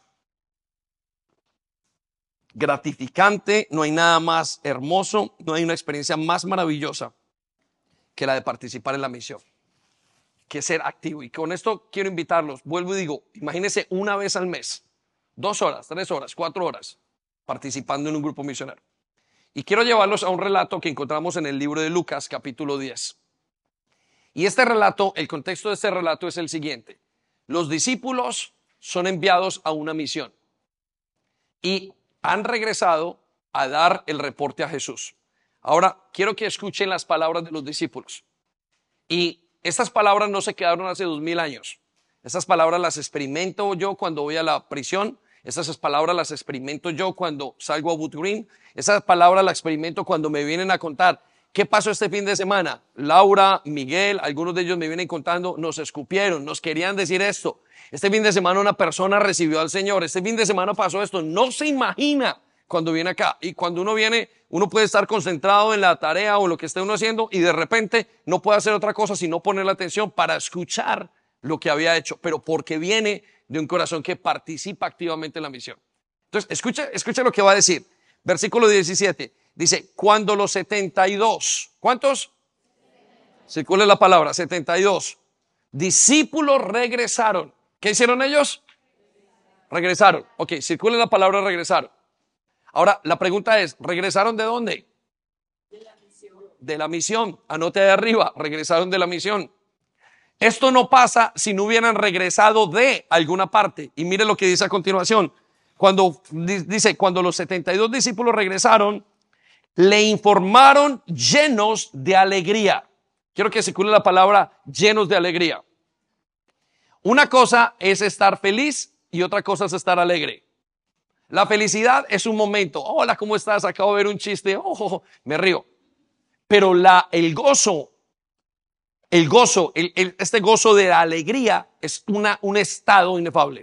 gratificante, no hay nada más hermoso, no hay una experiencia más maravillosa que la de participar en la misión, que ser activo. Y con esto quiero invitarlos, vuelvo y digo, imagínense una vez al mes, dos horas, tres horas, cuatro horas, participando en un grupo misionero. Y quiero llevarlos a un relato que encontramos en el libro de Lucas, capítulo diez. Y este relato, el contexto de este relato es el siguiente. Los discípulos son enviados a una misión y han regresado a dar el reporte a Jesús. Ahora, quiero que escuchen las palabras de los discípulos. Y estas palabras no se quedaron hace dos mil años. Estas palabras las experimento yo cuando voy a la prisión. Estas palabras las experimento yo cuando salgo a Buturín. Esas palabras las experimento cuando me vienen a contar qué pasó este fin de semana. Laura, Miguel, algunos de ellos me vienen contando, nos escupieron, nos querían decir esto. Este fin de semana una persona recibió al Señor. Este fin de semana pasó esto. No se imagina cuando viene acá. Y cuando uno viene, uno puede estar concentrado en la tarea o en lo que esté uno haciendo y de repente no puede hacer otra cosa sino poner la atención para escuchar lo que había hecho. Pero porque viene de un corazón que participa activamente en la misión. Entonces, escucha, escucha lo que va a decir. Versículo diecisiete. Dice, cuando los setenta y dos, ¿cuántos? Circula la palabra, setenta y dos. Discípulos regresaron. ¿Qué hicieron ellos? Regresaron. Ok, circula la palabra regresaron. Ahora, la pregunta es, ¿regresaron de dónde? De la misión. De la misión. Anote de arriba, regresaron de la misión. Esto no pasa si no hubieran regresado de alguna parte. Y mire lo que dice a continuación. Cuando dice, cuando los setenta y dos discípulos regresaron, le informaron llenos de alegría. Quiero que circule la palabra llenos de alegría. Una cosa es estar feliz y otra cosa es estar alegre. La felicidad es un momento. Hola, ¿cómo estás? Acabo de ver un chiste. Oh, oh, oh, me río. Pero la, el gozo, el gozo, el, el, este gozo de la alegría es una, un estado inefable.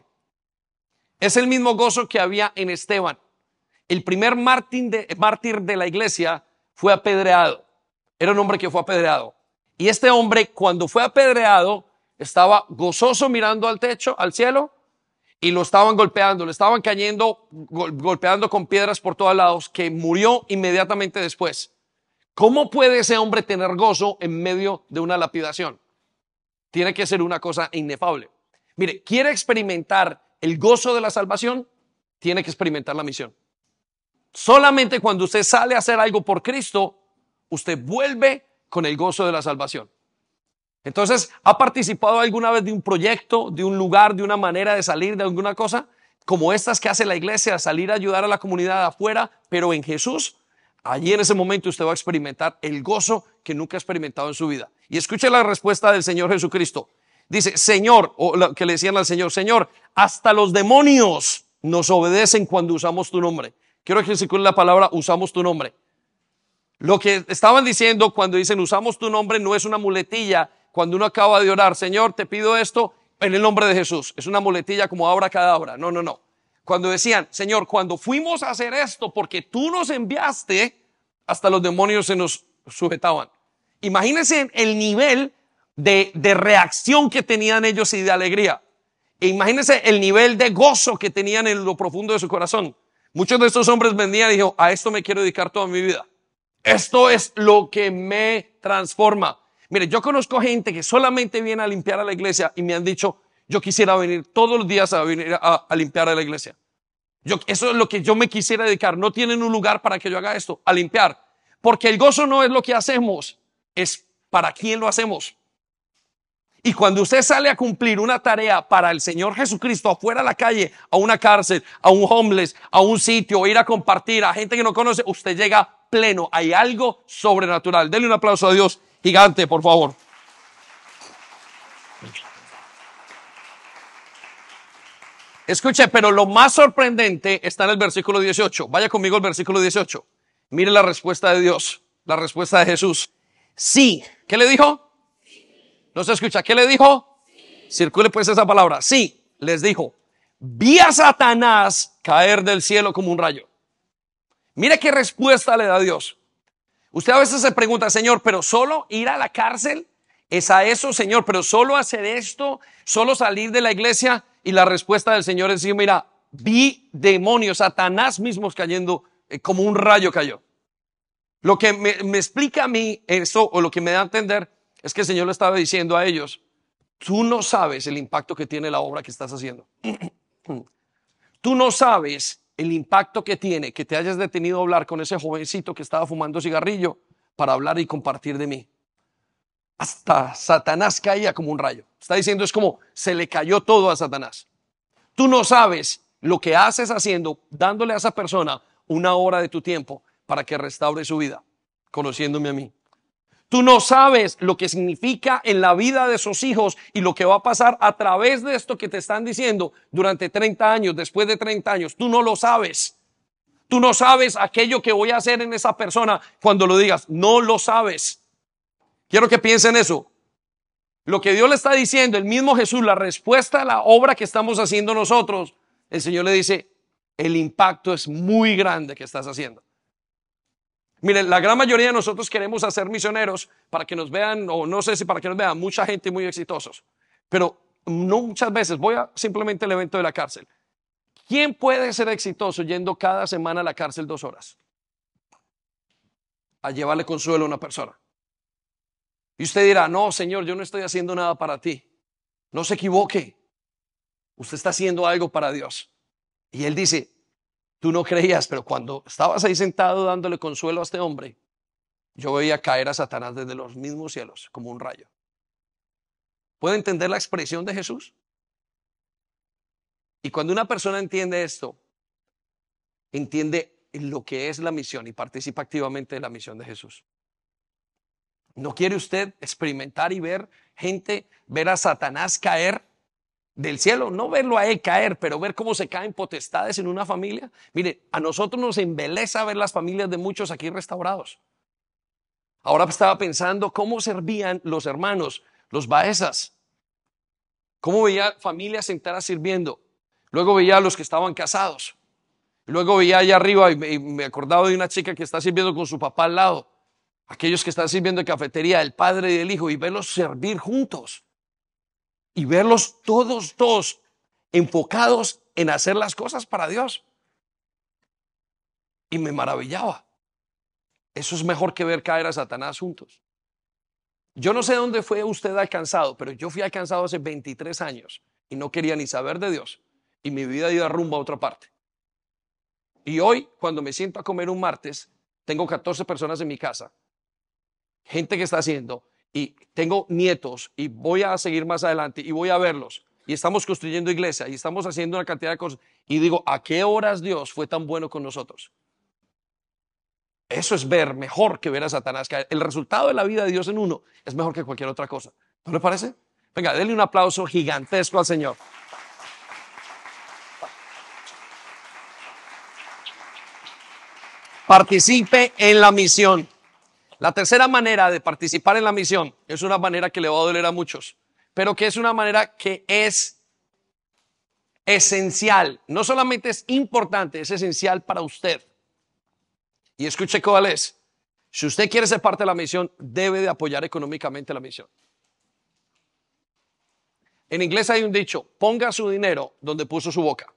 Es el mismo gozo que había en Esteban. El primer mártir de, mártir de la iglesia fue apedreado. Era un hombre que fue apedreado. Y este hombre, cuando fue apedreado, estaba gozoso mirando al techo, al cielo, y lo estaban golpeando, le estaban cayendo, gol, golpeando con piedras por todos lados, que murió inmediatamente después. ¿Cómo puede ese hombre tener gozo en medio de una lapidación? Tiene que ser una cosa inefable. Mire, ¿quiere experimentar el gozo de la salvación? Tiene que experimentar la misión. Solamente cuando usted sale a hacer algo por Cristo, usted vuelve con el gozo de la salvación. Entonces, ¿ha participado alguna vez de un proyecto, de un lugar, de una manera de salir de alguna cosa? Como estas que hace la iglesia, salir a ayudar a la comunidad afuera, pero en Jesús. Allí en ese momento usted va a experimentar el gozo que nunca ha experimentado en su vida. Y escuche la respuesta del Señor Jesucristo. Dice, Señor, o lo que le decían al Señor, Señor, hasta los demonios nos obedecen cuando usamos tu nombre. Quiero que circule la palabra, usamos tu nombre. Lo que estaban diciendo cuando dicen usamos tu nombre no es una muletilla. Cuando uno acaba de orar, Señor, te pido esto en el nombre de Jesús. Es una muletilla como abracadabra. No, no, no. Cuando decían, Señor, cuando fuimos a hacer esto porque tú nos enviaste, hasta los demonios se nos sujetaban. Imagínense el nivel de, de reacción que tenían ellos y de alegría. E imagínense el nivel de gozo que tenían en lo profundo de su corazón. Muchos de estos hombres vendían y dijeron, a esto me quiero dedicar toda mi vida. Esto es lo que me transforma. Mire, yo conozco gente que solamente viene a limpiar a la iglesia y me han dicho, yo quisiera venir todos los días a venir a, a limpiar a la iglesia. Yo, eso es lo que yo me quisiera dedicar. No tienen un lugar para que yo haga esto, a limpiar. Porque el gozo no es lo que hacemos, es para quién lo hacemos. Y cuando usted sale a cumplir una tarea para el Señor Jesucristo afuera a la calle, a una cárcel, a un homeless, a un sitio, ir a compartir a gente que no conoce, usted llega pleno. Hay algo sobrenatural. Denle un aplauso a Dios gigante, por favor. Escuche, pero lo más sorprendente está en el versículo dieciocho. Vaya conmigo al versículo dieciocho. Mire la respuesta de Dios, la respuesta de Jesús. Sí. ¿Qué le dijo? ¿No se escucha? ¿Qué le dijo? Sí. Circule pues esa palabra. Sí, les dijo. Vi a Satanás caer del cielo como un rayo. Mire qué respuesta le da Dios. Usted a veces se pregunta, Señor, pero solo ir a la cárcel es a eso, Señor, pero solo hacer esto, solo salir de la iglesia. Y la respuesta del Señor es decir, mira, vi demonios, Satanás mismos cayendo eh, como un rayo cayó. Lo que me, me explica a mí eso, o lo que me da a entender, es que el Señor le estaba diciendo a ellos, tú no sabes el impacto que tiene la obra que estás haciendo. Tú no sabes el impacto que tiene que te hayas detenido a hablar con ese jovencito que estaba fumando cigarrillo para hablar y compartir de mí. Hasta Satanás caía como un rayo. Está diciendo, es como se le cayó todo a Satanás. Tú no sabes lo que haces haciendo, dándole a esa persona una hora de tu tiempo para que restaure su vida, conociéndome a mí. Tú no sabes lo que significa en la vida de sus hijos y lo que va a pasar a través de esto que te están diciendo durante treinta años, después de treinta años. Tú no lo sabes. Tú no sabes aquello que voy a hacer en esa persona cuando lo digas. No lo sabes. Quiero que piensen eso. Lo que Dios le está diciendo, el mismo Jesús, la respuesta a la obra que estamos haciendo nosotros, el Señor le dice, el impacto es muy grande que estás haciendo. Miren, la gran mayoría de nosotros queremos hacer misioneros para que nos vean, o no sé si para que nos vean, mucha gente muy exitosos. Pero no muchas veces, voy a simplemente el evento de la cárcel. ¿Quién puede ser exitoso yendo cada semana a la cárcel dos horas? a llevarle consuelo a una persona. Y usted dirá, no, Señor, yo no estoy haciendo nada para ti. No se equivoque. Usted está haciendo algo para Dios. Y Él dice, tú no creías, pero cuando estabas ahí sentado dándole consuelo a este hombre, yo veía caer a Satanás desde los mismos cielos como un rayo. ¿Puede entender la expresión de Jesús? Y cuando una persona entiende esto, entiende lo que es la misión y participa activamente de la misión de Jesús. ¿No quiere usted experimentar y ver gente, ver a Satanás caer del cielo? No verlo a él caer, pero ver cómo se caen potestades en una familia. Mire, a nosotros nos embeleza ver las familias de muchos aquí restaurados. Ahora estaba pensando cómo servían los hermanos, los Baezas. Cómo veía familias enteras sirviendo. Luego veía a los que estaban casados. Luego veía allá arriba y me, y me acordaba de una chica que está sirviendo con su papá al lado. Aquellos que están sirviendo en cafetería, el padre y el hijo, y verlos servir juntos. Y verlos todos, todos enfocados en hacer las cosas para Dios. Y me maravillaba. Eso es mejor que ver caer a Satanás juntos. Yo no sé dónde fue usted alcanzado, pero yo fui alcanzado hace veintitrés años y no quería ni saber de Dios. Y mi vida iba rumbo a otra parte. Y hoy, cuando me siento a comer un martes, tengo catorce personas en mi casa. Gente que está haciendo, y tengo nietos, y voy a seguir más adelante, y voy a verlos. Y estamos construyendo iglesia, y estamos haciendo una cantidad de cosas. Y digo, ¿a qué horas Dios fue tan bueno con nosotros? Eso es ver mejor que ver a Satanás. El resultado de la vida de Dios en uno es mejor que cualquier otra cosa. ¿No le parece? Venga, denle un aplauso gigantesco al Señor. Participe en la misión. La tercera manera de participar en la misión es una manera que le va a doler a muchos, pero que es una manera que es esencial. No solamente es importante, es esencial para usted. Y escuche cuál es. Si usted quiere ser parte de la misión, debe de apoyar económicamente la misión. En inglés hay un dicho, ponga su dinero donde puso su boca.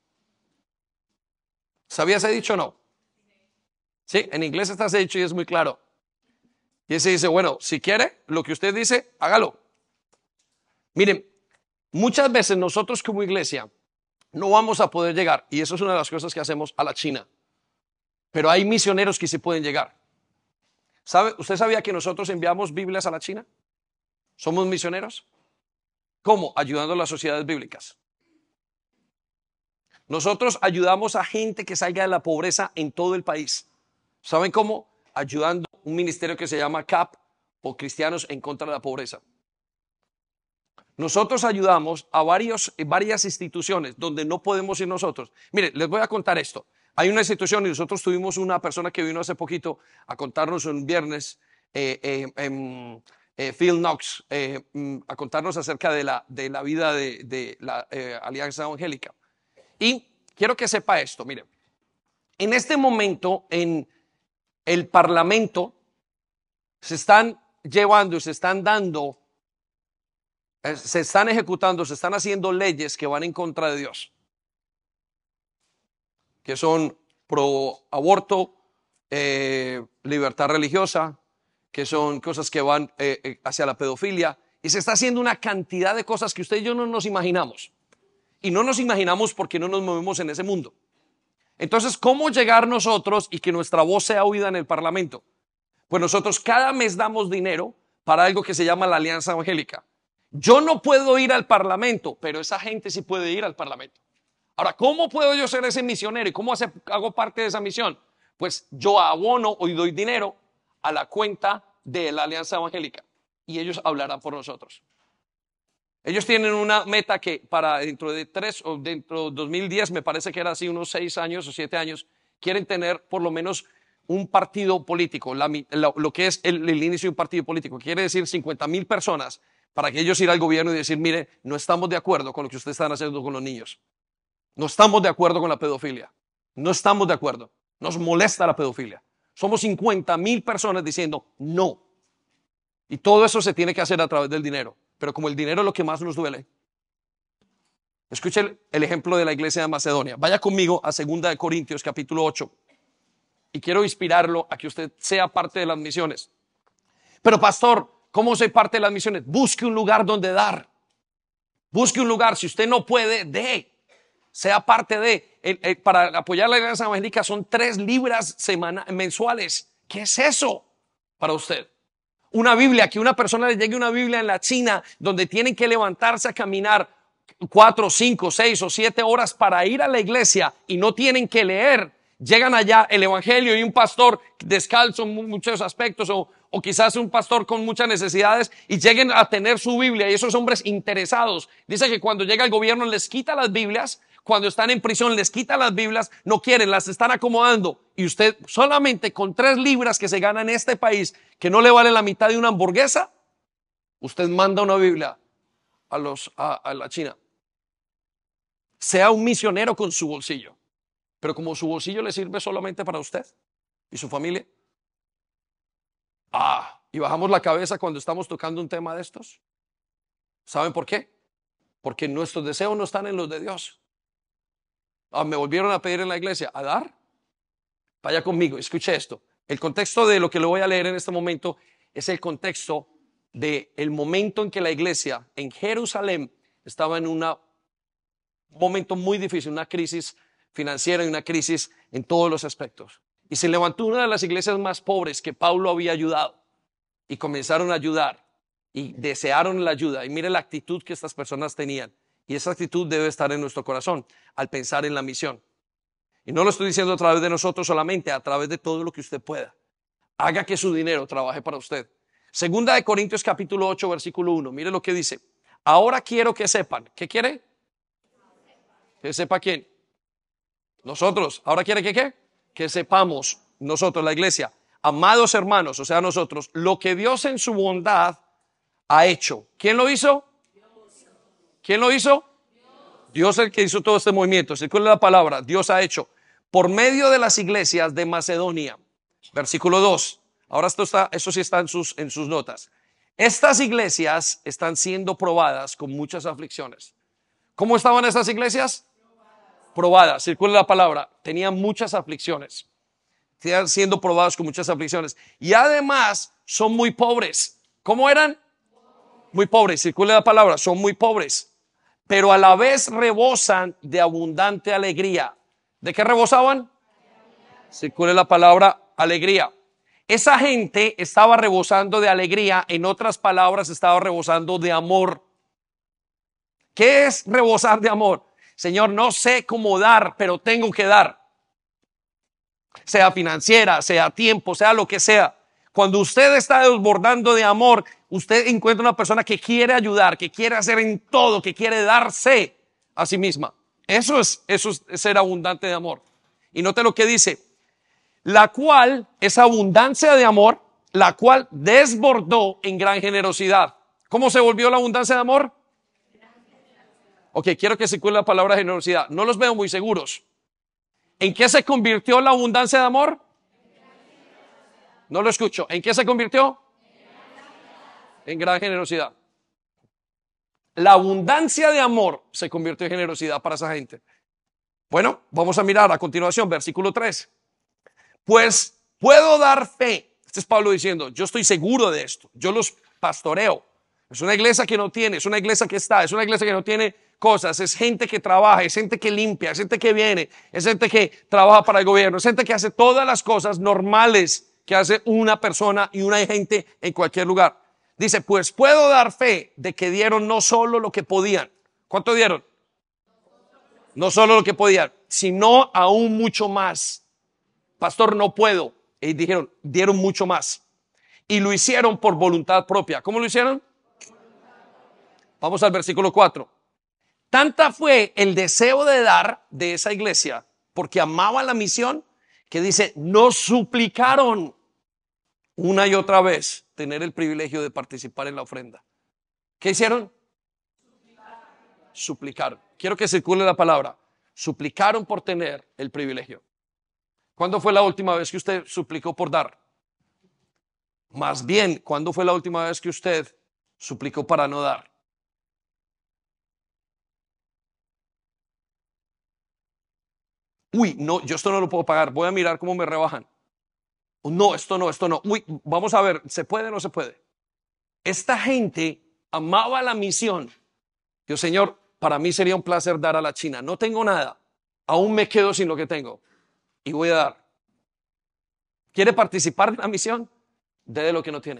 ¿Sabía ese dicho o no? Sí, en inglés está ese dicho y es muy claro. Y ese dice, bueno, si quiere, lo que usted dice, hágalo. Miren, muchas veces nosotros como iglesia no vamos a poder llegar, y eso es una de las cosas que hacemos, a la China. Pero hay misioneros que sí pueden llegar. ¿Sabe? ¿Usted sabía que nosotros enviamos Biblias a la China? ¿Somos misioneros? ¿Cómo? Ayudando a las sociedades bíblicas. Nosotros ayudamos a gente que salga de la pobreza en todo el país. ¿Saben cómo? Ayudando un ministerio que se llama C A P, o Cristianos en contra de la Pobreza. Nosotros ayudamos a varios, varias instituciones donde no podemos ir nosotros. Mire, les voy a contar esto. Hay una institución y nosotros tuvimos una persona que vino hace poquito a contarnos un viernes, eh, eh, eh, eh, Phil Knox, eh, a contarnos acerca de la, de la vida de, de la eh, Alianza Evangélica. Y quiero que sepa esto, mire, en este momento en el Parlamento se están llevando y se están dando, eh, se están ejecutando, se están haciendo leyes que van en contra de Dios, que son pro aborto, eh, libertad religiosa, que son cosas que van eh, hacia la pedofilia, y se está haciendo una cantidad de cosas que usted y yo no nos imaginamos, y no nos imaginamos porque no nos movemos en ese mundo. Entonces, ¿cómo llegar nosotros y que nuestra voz sea oída en el Parlamento? Pues nosotros cada mes damos dinero para algo que se llama la Alianza Evangélica. Yo no puedo ir al Parlamento, pero esa gente sí puede ir al Parlamento. Ahora, ¿cómo puedo yo ser ese misionero y cómo hace, hago parte de esa misión? Pues yo abono y doy dinero a la cuenta de la Alianza Evangélica y ellos hablarán por nosotros. Ellos tienen una meta que para dentro de tres o dentro de dos mil diez, me parece que era así, unos seis años o siete años, quieren tener por lo menos un partido político, la, la, lo que es el, el inicio de un partido político. Quiere decir cincuenta mil personas para que ellos ir al gobierno y decir, mire, no estamos de acuerdo con lo que ustedes están haciendo con los niños. No estamos de acuerdo con la pedofilia. No estamos de acuerdo. Nos molesta la pedofilia. Somos cincuenta mil personas diciendo no. Y todo eso se tiene que hacer a través del dinero. Pero como el dinero es lo que más nos duele. Escuchen el ejemplo de la iglesia de Macedonia. Vaya conmigo a segunda de Corintios capítulo ocho. y quiero inspirarlo a que usted sea parte de las misiones. Pero pastor, ¿cómo soy parte de las misiones? Busque un lugar donde dar. Busque un lugar. Si usted no puede, dé. Sea parte de. El, el, para apoyar la iglesia evangélica son tres libras semana, mensuales. ¿Qué es eso para usted? Una Biblia, que una persona le llegue una Biblia en la China donde tienen que levantarse a caminar cuatro, cinco, seis o siete horas para ir a la iglesia y no tienen que leer. Llegan allá el evangelio y un pastor descalzo en muchos aspectos o, o quizás un pastor con muchas necesidades y lleguen a tener su Biblia y esos hombres interesados. Dice que cuando llega el gobierno les quita las Biblias, cuando están en prisión les quita las Biblias, no quieren, las están acomodando y usted solamente con tres libras que se gana en este país que no le vale la mitad de una hamburguesa, usted manda una Biblia a, los, a, a la China. Sea un misionero con su bolsillo. Pero como su bolsillo le sirve solamente para usted y su familia. Ah, y bajamos la cabeza cuando estamos tocando un tema de estos. ¿Saben por qué? Porque nuestros deseos no están en los de Dios. Ah, me volvieron a pedir en la iglesia, ¿a dar? Vaya conmigo, escuche esto. El contexto de lo que le voy a leer en este momento es el contexto del momento en que la iglesia en Jerusalén estaba en una, un momento muy difícil, una crisis financiera y una crisis en todos los aspectos. Y se levantó una de las iglesias más pobres que Pablo había ayudado y comenzaron a ayudar y desearon la ayuda. Y mire la actitud que estas personas tenían. Y esa actitud debe estar en nuestro corazón al pensar en la misión. Y no lo estoy diciendo a través de nosotros solamente, a través de todo lo que usted pueda. Haga que su dinero trabaje para usted. Segunda de Corintios capítulo ocho versículo uno. Mire lo que dice. Ahora quiero que sepan. ¿Qué quiere? Que sepa quién. Nosotros. Ahora quiere que qué? Que sepamos nosotros, la iglesia, amados hermanos, o sea nosotros, lo que Dios en su bondad ha hecho. ¿Quién lo hizo? ¿Quién lo hizo? Dios es el que hizo todo este movimiento. ¿Cuál es la palabra? Dios ha hecho por medio de las iglesias de Macedonia. Versículo dos. Ahora esto está, eso sí está en sus, en sus notas. Estas iglesias están siendo probadas con muchas aflicciones. ¿Cómo estaban estas iglesias? Probadas, circula la palabra, tenían muchas aflicciones, estaban siendo probados con muchas aflicciones y además son muy pobres. ¿Cómo eran? Muy pobres, circula la palabra, son muy pobres, pero a la vez rebosan de abundante alegría. ¿De qué rebosaban? Circula la palabra alegría. Esa gente estaba rebosando de alegría, en otras palabras estaba rebosando de amor. ¿Qué es rebosar de amor? Señor, no sé cómo dar, pero tengo que dar. Sea financiera, sea tiempo, sea lo que sea. Cuando usted está desbordando de amor, usted encuentra una persona que quiere ayudar, que quiere hacer en todo, que quiere darse a sí misma. Eso es, eso es ser abundante de amor. Y note lo que dice. La cual, esa abundancia de amor, la cual desbordó en gran generosidad. ¿Cómo se volvió la abundancia de amor? Ok, quiero que circule la palabra generosidad. No los veo muy seguros. ¿En qué se convirtió la abundancia de amor? No lo escucho. ¿En qué se convirtió? En gran generosidad. La abundancia de amor se convirtió en generosidad para esa gente. Bueno, vamos a mirar a continuación, versículo tres. Pues puedo dar fe. Este es Pablo diciendo, yo estoy seguro de esto. Yo los pastoreo. Es una iglesia que no tiene, es una iglesia que está, es una iglesia que no tiene cosas, es gente que trabaja, es gente que limpia, es gente que viene, es gente que trabaja para el gobierno, es gente que hace todas las cosas normales que hace una persona y una gente en cualquier lugar. Dice, pues puedo dar fe de que dieron no solo lo que podían. ¿Cuánto dieron? No solo lo que podían, sino aún mucho más. Pastor, no puedo. Y dijeron, dieron mucho más. Y lo hicieron por voluntad propia. ¿Cómo lo hicieron? Vamos al versículo cuatro. Tanta fue el deseo de dar de esa iglesia, porque amaban la misión, que dice, nos suplicaron una y otra vez tener el privilegio de participar en la ofrenda. ¿Qué hicieron? Suplicaron. Suplicaron. Quiero que circule la palabra. Suplicaron por tener el privilegio. ¿Cuándo fue la última vez que usted suplicó por dar? Más bien, ¿cuándo fue la última vez que usted suplicó para no dar? Uy, no, yo esto no lo puedo pagar, voy a mirar cómo me rebajan. No, esto no, esto no. Uy, vamos a ver, ¿se puede o no se puede? Esta gente amaba la misión. Dios, Señor, para mí sería un placer dar a la China. No tengo nada. Aún me quedo sin lo que tengo. Y voy a dar. ¿Quiere participar en la misión? Dé de lo que no tiene.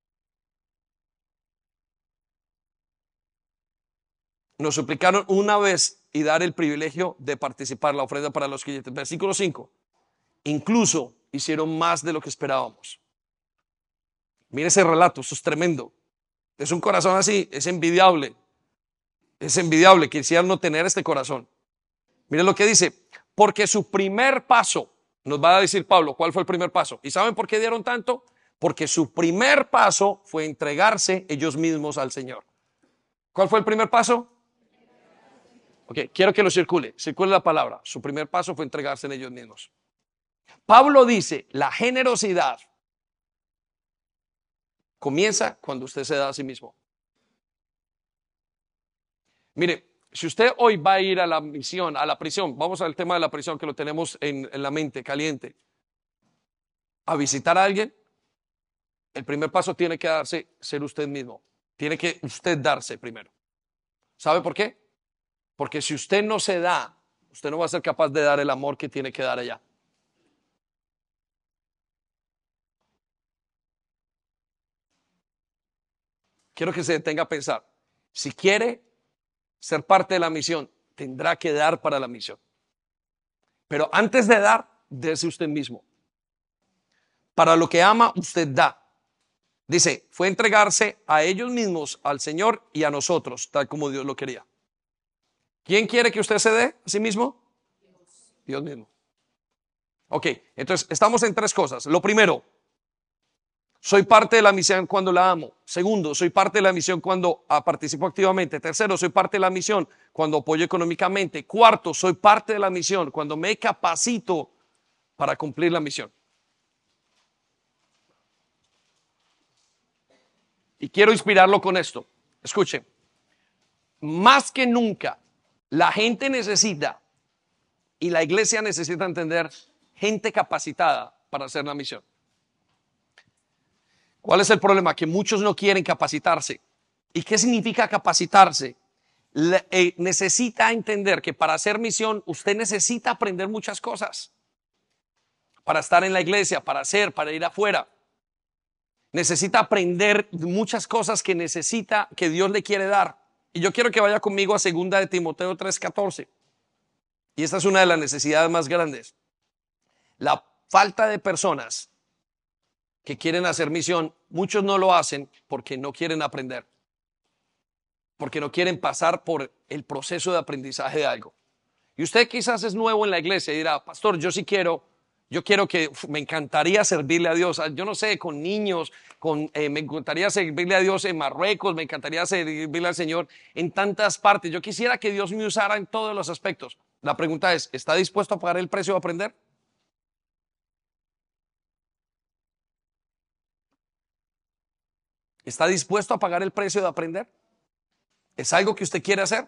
Nos suplicaron una vez y dar el privilegio de participar, la ofrenda para los creyentes. Versículo cinco. Incluso hicieron más de lo que esperábamos. Mire ese relato, eso es tremendo. Es un corazón así, es envidiable. Es envidiable, quisieran no tener este corazón. Mire lo que dice, porque su primer paso, nos va a decir Pablo, ¿cuál fue el primer paso? ¿Y saben por qué dieron tanto? Porque su primer paso fue entregarse ellos mismos al Señor. ¿Cuál fue el primer paso? Ok, quiero que lo circule, circule la palabra. Su primer paso fue entregarse en ellos mismos. Pablo dice, la generosidad comienza cuando usted se da a sí mismo. Mire, si usted hoy va a ir a la misión, a la prisión, vamos al tema de la prisión que lo tenemos en, en la mente caliente, a visitar a alguien, el primer paso tiene que darse ser usted mismo. Tiene que usted darse primero. ¿Sabe por qué? Porque si usted no se da, usted no va a ser capaz de dar el amor que tiene que dar allá. Quiero que se detenga a pensar. Si quiere ser parte de la misión, tendrá que dar para la misión. Pero antes de dar, dése usted mismo. Para lo que ama, usted da. Dice, fue entregarse a ellos mismos, al Señor y a nosotros, tal como Dios lo quería. ¿Quién quiere que usted se dé a sí mismo? Dios, Dios mismo. Ok, entonces estamos en tres cosas. Lo primero, soy parte de la misión cuando la amo. Segundo, soy parte de la misión cuando ah, participo activamente. Tercero, soy parte de la misión cuando apoyo económicamente. Cuarto, soy parte de la misión cuando me capacito para cumplir la misión. Y quiero inspirarlo con esto. Escuchen, más que nunca, la gente necesita y la iglesia necesita entender gente capacitada para hacer la misión. ¿Cuál es el problema? Que muchos no quieren capacitarse. ¿Y qué significa capacitarse? Le, eh, necesita entender que para hacer misión usted necesita aprender muchas cosas. Para estar en la iglesia, para hacer, para ir afuera. Necesita aprender muchas cosas que necesita, que Dios le quiere dar. Y yo quiero que vaya conmigo a segunda de Timoteo tres catorce. Y esta es una de las necesidades más grandes. La falta de personas que quieren hacer misión, muchos no lo hacen porque no quieren aprender. Porque no quieren pasar por el proceso de aprendizaje de algo. Y usted quizás es nuevo en la iglesia y dirá, pastor, yo sí quiero, yo quiero que, uf, me encantaría servirle a Dios. Yo no sé, con niños, con, eh, me encantaría servirle a Dios en Marruecos, me encantaría servirle al Señor en tantas partes. Yo quisiera que Dios me usara en todos los aspectos. La pregunta es, ¿está dispuesto a pagar el precio de aprender? ¿Está dispuesto a pagar el precio de aprender? ¿Es algo que usted quiere hacer?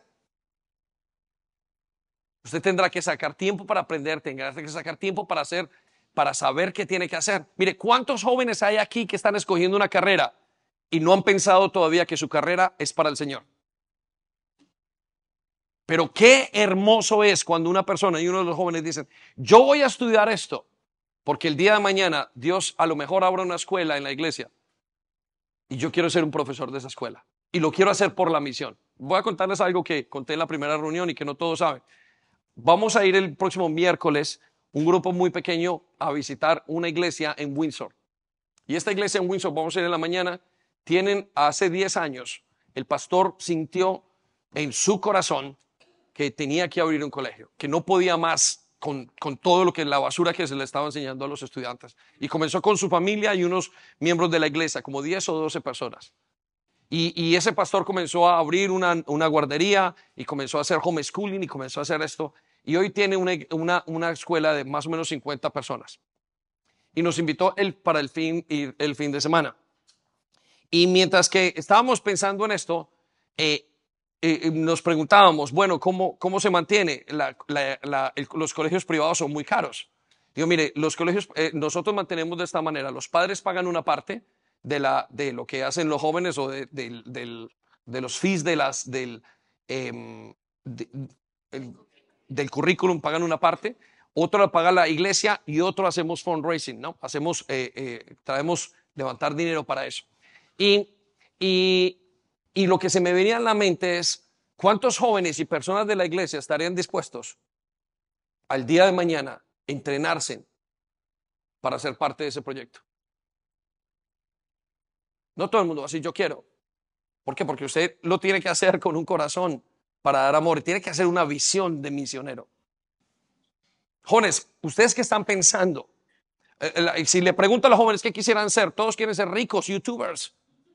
Usted tendrá que sacar tiempo para aprender, tendrá que sacar tiempo para hacer, para saber qué tiene que hacer. Mire, ¿cuántos jóvenes hay aquí que están escogiendo una carrera y no han pensado todavía que su carrera es para el Señor? Pero qué hermoso es cuando una persona y uno de los jóvenes dicen, yo voy a estudiar esto, porque el día de mañana Dios a lo mejor abra una escuela en la iglesia y yo quiero ser un profesor de esa escuela y lo quiero hacer por la misión. Voy a contarles algo que conté en la primera reunión y que no todos saben. Vamos a ir el próximo miércoles, un grupo muy pequeño, a visitar una iglesia en Windsor. Y esta iglesia en Windsor, vamos a ir en la mañana, tienen hace diez años, el pastor sintió en su corazón que tenía que abrir un colegio, que no podía más con, con todo lo que la basura que se le estaba enseñando a los estudiantes. Y comenzó con su familia y unos miembros de la iglesia, como diez o doce personas. Y, y ese pastor comenzó a abrir una, una guardería y comenzó a hacer homeschooling y comenzó a hacer esto. Y hoy tiene una, una, una escuela de más o menos cincuenta personas. Y nos invitó él para el fin, el fin de semana. Y mientras que estábamos pensando en esto, eh, eh, nos preguntábamos, bueno, ¿cómo, cómo se mantiene? La, la, la, el, los colegios privados son muy caros. Digo, mire, los colegios, eh, nosotros mantenemos de esta manera. Los padres pagan una parte de, la, de lo que hacen los jóvenes o de, de, del, de los fees de las, del, eh, de, el, del currículum, pagan una parte. Otro la paga la iglesia y otro hacemos fundraising, ¿no? Hacemos, eh, eh, traemos levantar dinero para eso. Y, y, y lo que se me venía en la mente es, ¿cuántos jóvenes y personas de la iglesia estarían dispuestos al día de mañana a entrenarse para ser parte de ese proyecto? No todo el mundo va a decir, yo quiero. ¿Por qué? Porque usted lo tiene que hacer con un corazón para dar amor. Tiene que hacer una visión de misionero. Jóvenes, ustedes que están pensando, eh, si le pregunto a los jóvenes qué quisieran ser, todos quieren ser ricos, youtubers.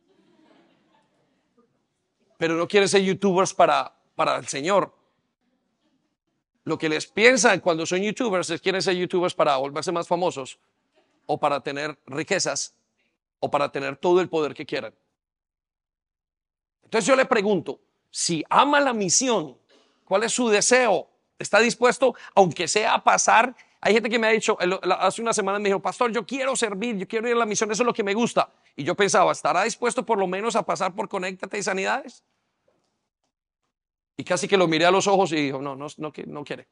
Pero no quieren ser youtubers para, para el Señor. Lo que les piensan cuando son youtubers es quieren ser youtubers para volverse más famosos o para tener riquezas o para tener todo el poder que quieran. Entonces yo le pregunto, si ama la misión, ¿cuál es su deseo? ¿Está dispuesto, aunque sea a pasar? Hay gente que me ha dicho, hace una semana me dijo, pastor, yo quiero servir, yo quiero ir a la misión, eso es lo que me gusta. Y yo pensaba, ¿estará dispuesto por lo menos a pasar por Conéctate y Sanidades? Y casi que lo miré a los ojos y dijo, no, no, no, no quiere.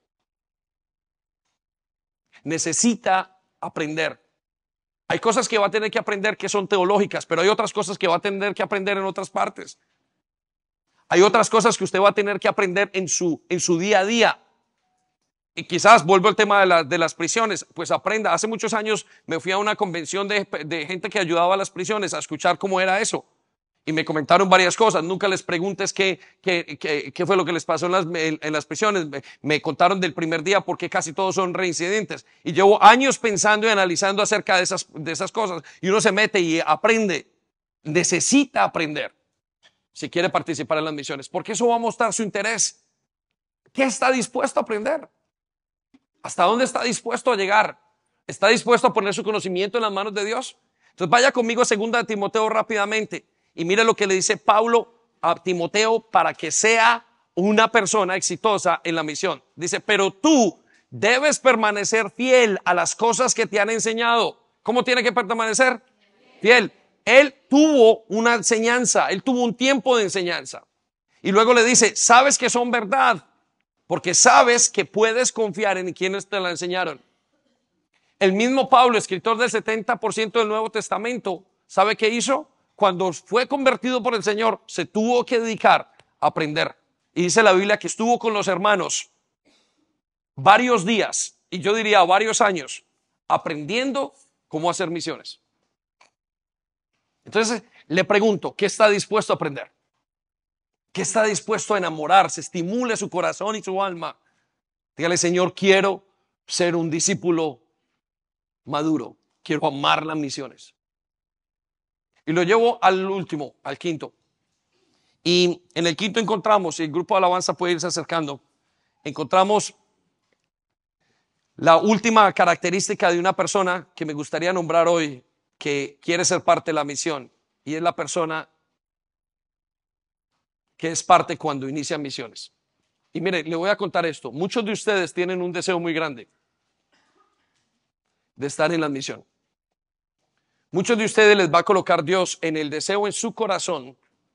Necesita aprender. Hay cosas que va a tener que aprender que son teológicas, pero hay otras cosas que va a tener que aprender en otras partes. Hay otras cosas que usted va a tener que aprender en su, en su día a día. Y quizás vuelvo al tema de, la, de las prisiones, pues aprenda. Hace muchos años me fui a una convención de, de gente que ayudaba a las prisiones a escuchar cómo era eso. Y me comentaron varias cosas. Nunca les preguntes qué, qué, qué, qué fue lo que les pasó en las, en, en las prisiones. Me, me contaron del primer día porque casi todos son reincidentes. Y llevo años pensando y analizando acerca de esas, de esas cosas. Y uno se mete y aprende. Necesita aprender si quiere participar en las misiones. Porque eso va a mostrar su interés. ¿Qué está dispuesto a aprender? ¿Hasta dónde está dispuesto a llegar? ¿Está dispuesto a poner su conocimiento en las manos de Dios? Entonces vaya conmigo a segunda de Timoteo rápidamente. Y mire lo que le dice Pablo a Timoteo para que sea una persona exitosa en la misión. Dice, pero tú debes permanecer fiel a las cosas que te han enseñado. ¿Cómo tiene que permanecer? Fiel. Él tuvo una enseñanza, él tuvo un tiempo de enseñanza. Y luego le dice, sabes que son verdad, porque sabes que puedes confiar en quienes te la enseñaron. El mismo Pablo, escritor del setenta por ciento del Nuevo Testamento, ¿sabe qué hizo? Cuando fue convertido por el Señor, se tuvo que dedicar a aprender. Y dice la Biblia que estuvo con los hermanos varios días, y yo diría varios años, aprendiendo cómo hacer misiones. Entonces, le pregunto, ¿qué está dispuesto a aprender? ¿Qué está dispuesto a enamorarse? Estimule su corazón y su alma. Dígale, Señor, quiero ser un discípulo maduro. Quiero amar las misiones. Y lo llevo al último, al quinto. Y en el quinto encontramos, y el grupo de alabanza puede irse acercando, encontramos la última característica de una persona que me gustaría nombrar hoy, que quiere ser parte de la misión. Y es la persona que es parte cuando inicia misiones. Y mire, le voy a contar esto. Muchos de ustedes tienen un deseo muy grande de estar en la misión. Muchos de ustedes les va a colocar Dios en el deseo en su corazón.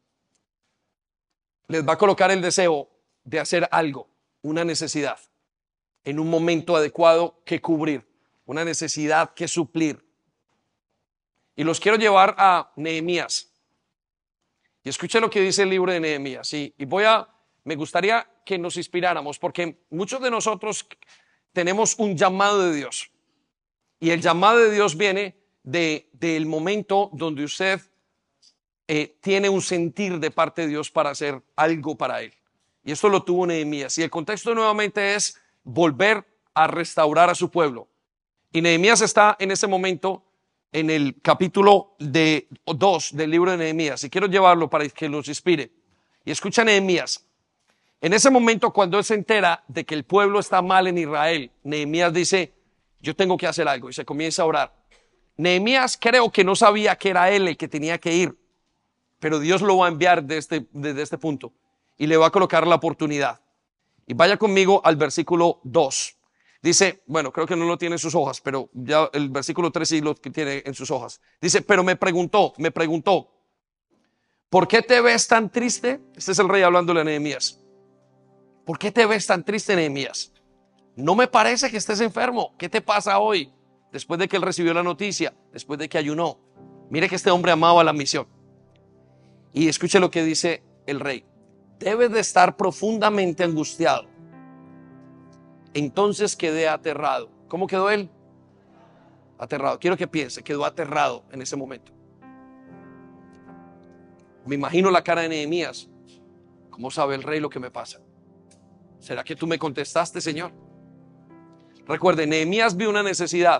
Les va a colocar el deseo de hacer algo, una necesidad, en un momento adecuado que cubrir, una necesidad que suplir. Y los quiero llevar a Nehemías. Y escuche lo que dice el libro de Nehemías. Y, y voy a, me gustaría que nos inspiráramos, porque muchos de nosotros tenemos un llamado de Dios. Y el llamado de Dios viene de, del momento donde usted eh, tiene un sentir de parte de Dios para hacer algo para Él. Y esto lo tuvo Nehemías. Y el contexto nuevamente es volver a restaurar a su pueblo. Y Nehemías está en ese momento en el capítulo de dos del libro de Nehemías, y quiero llevarlo para que los inspire. Y escucha Nehemías. En ese momento, cuando él se entera de que el pueblo está mal en Israel, Nehemías dice, yo tengo que hacer algo, y se comienza a orar. Nehemías creo que no sabía que era él el que tenía que ir, pero Dios lo va a enviar desde este, desde este punto y le va a colocar la oportunidad. Y vaya conmigo al versículo dos. Dice, bueno, creo que no lo tiene en sus hojas, pero ya el versículo tres sí lo tiene en sus hojas. Dice, pero me preguntó, me preguntó, ¿por qué te ves tan triste? Este es el rey hablándole a Nehemías. ¿Por qué te ves tan triste, Nehemías? No me parece que estés enfermo. ¿Qué te pasa hoy? Después de que él recibió la noticia, después de que ayunó. Mire que este hombre amaba la misión. Y escuche lo que dice el rey. Debes de estar profundamente angustiado. Entonces quedé aterrado. ¿Cómo quedó él? Aterrado. Quiero que piense, quedó aterrado en ese momento. Me imagino la cara de Nehemías. ¿Cómo sabe el rey lo que me pasa? ¿Será que tú me contestaste, Señor? Recuerde, Nehemías vio una necesidad.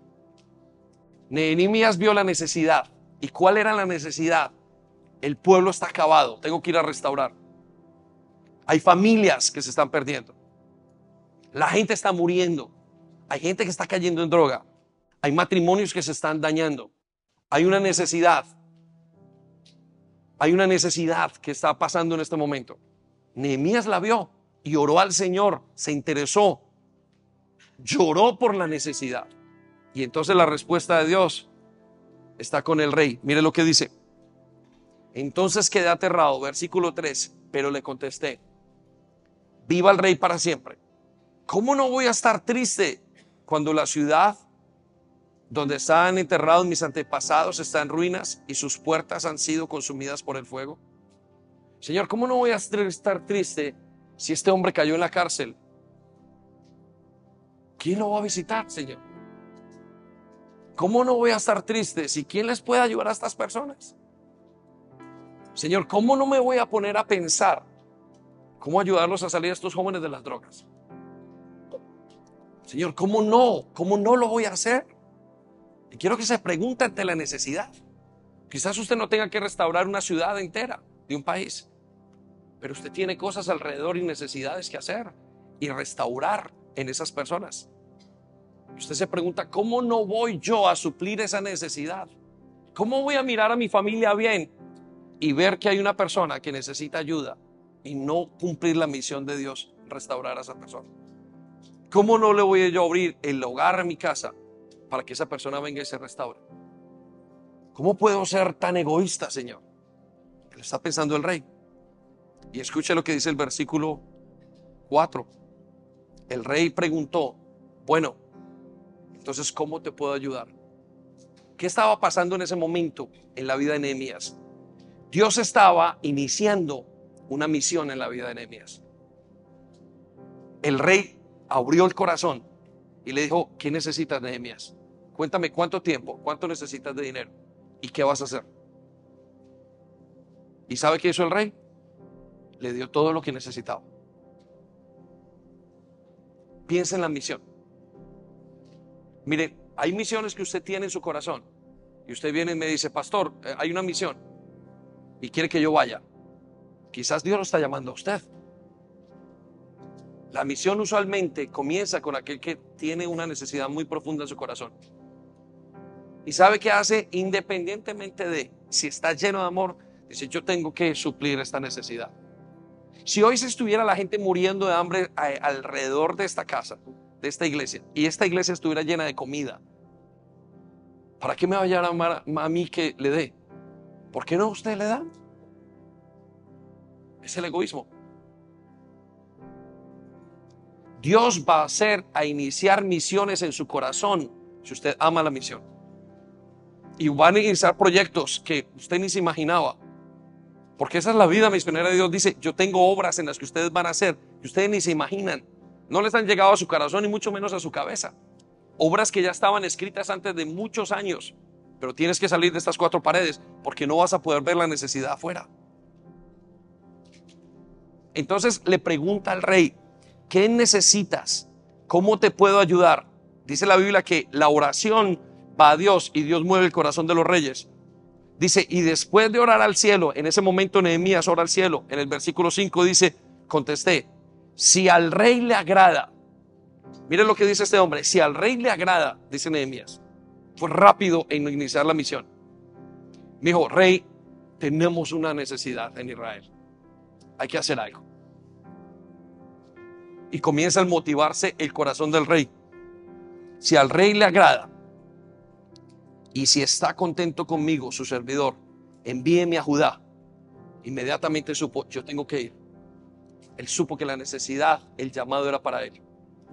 Nehemías vio la necesidad. ¿Y cuál era la necesidad? El pueblo está acabado. Tengo que ir a restaurar. Hay familias que se están perdiendo. La gente está muriendo. Hay gente que está cayendo en droga. Hay matrimonios que se están dañando. Hay una necesidad. Hay una necesidad que está pasando en este momento. Nehemías la vio y oró al Señor. Se interesó. Lloró por la necesidad. Y entonces la respuesta de Dios está con el rey. Mire lo que dice. Entonces quedé aterrado, versículo tres, pero le contesté, viva el rey para siempre. ¿Cómo no voy a estar triste cuando la ciudad donde estaban enterrados mis antepasados está en ruinas y sus puertas han sido consumidas por el fuego? Señor, ¿cómo no voy a estar triste si este hombre cayó en la cárcel? ¿Quién lo va a visitar, Señor? ¿Cómo no voy a estar triste si quién les puede ayudar a estas personas? Señor, ¿cómo no me voy a poner a pensar cómo ayudarlos a salir a estos jóvenes de las drogas? Señor, ¿cómo no? ¿Cómo no lo voy a hacer? Y quiero que se pregunte ante la necesidad. Quizás usted no tenga que restaurar una ciudad entera de un país, pero usted tiene cosas alrededor y necesidades que hacer y restaurar en esas personas. Usted se pregunta, ¿cómo no voy yo a suplir esa necesidad? ¿Cómo voy a mirar a mi familia bien y ver que hay una persona que necesita ayuda y no cumplir la misión de Dios, restaurar a esa persona? ¿Cómo no le voy yo a abrir el hogar a mi casa para que esa persona venga y se restaure? ¿Cómo puedo ser tan egoísta, Señor? Lo está pensando el rey. Y escuche lo que dice el versículo cuatro. El rey preguntó, bueno, entonces, ¿cómo te puedo ayudar? ¿Qué estaba pasando en ese momento en la vida de Nehemías? Dios estaba iniciando una misión en la vida de Nehemías. El rey abrió el corazón y le dijo, ¿qué necesitas, Nehemías? Cuéntame cuánto tiempo, cuánto necesitas de dinero y qué vas a hacer. ¿Y sabe qué hizo el rey? Le dio todo lo que necesitaba. Piensa en la misión. Mire, hay misiones que usted tiene en su corazón y usted viene y me dice, pastor, eh, hay una misión y quiere que yo vaya. Quizás Dios lo está llamando a usted. La misión usualmente comienza con aquel que tiene una necesidad muy profunda en su corazón. ¿Y sabe qué hace? Independientemente de si está lleno de amor, dice, yo tengo que suplir esta necesidad. Si hoy se estuviera la gente muriendo de hambre a, alrededor de esta casa, de esta iglesia, y esta iglesia estuviera llena de comida, ¿para qué me va a llamar a mí que le dé? ¿Por qué no usted le da? Es el egoísmo. Dios va a hacer, a iniciar misiones en su corazón si usted ama la misión. Y van a iniciar proyectos que usted ni se imaginaba. Porque esa es la vida misionera de Dios. Dice, yo tengo obras en las que ustedes van a hacer que ustedes ni se imaginan. No les han llegado a su corazón ni mucho menos a su cabeza. Obras que ya estaban escritas antes de muchos años. Pero tienes que salir de estas cuatro paredes porque no vas a poder ver la necesidad afuera. Entonces le pregunta al rey, ¿qué necesitas? ¿Cómo te puedo ayudar? Dice la Biblia que la oración va a Dios y Dios mueve el corazón de los reyes. Dice, y después de orar al cielo, en ese momento Nehemías ora al cielo. En el versículo cinco dice, contesté, si al rey le agrada, mire lo que dice este hombre, si al rey le agrada, dice Nehemías, fue rápido en iniciar la misión. Me dijo, rey, tenemos una necesidad en Israel. Hay que hacer algo. y comienza a motivarse el corazón del rey. Si al rey le agrada y si está contento conmigo, su servidor, envíeme a Judá. Inmediatamente supo, yo tengo que ir. Él supo que la necesidad, el llamado era para él.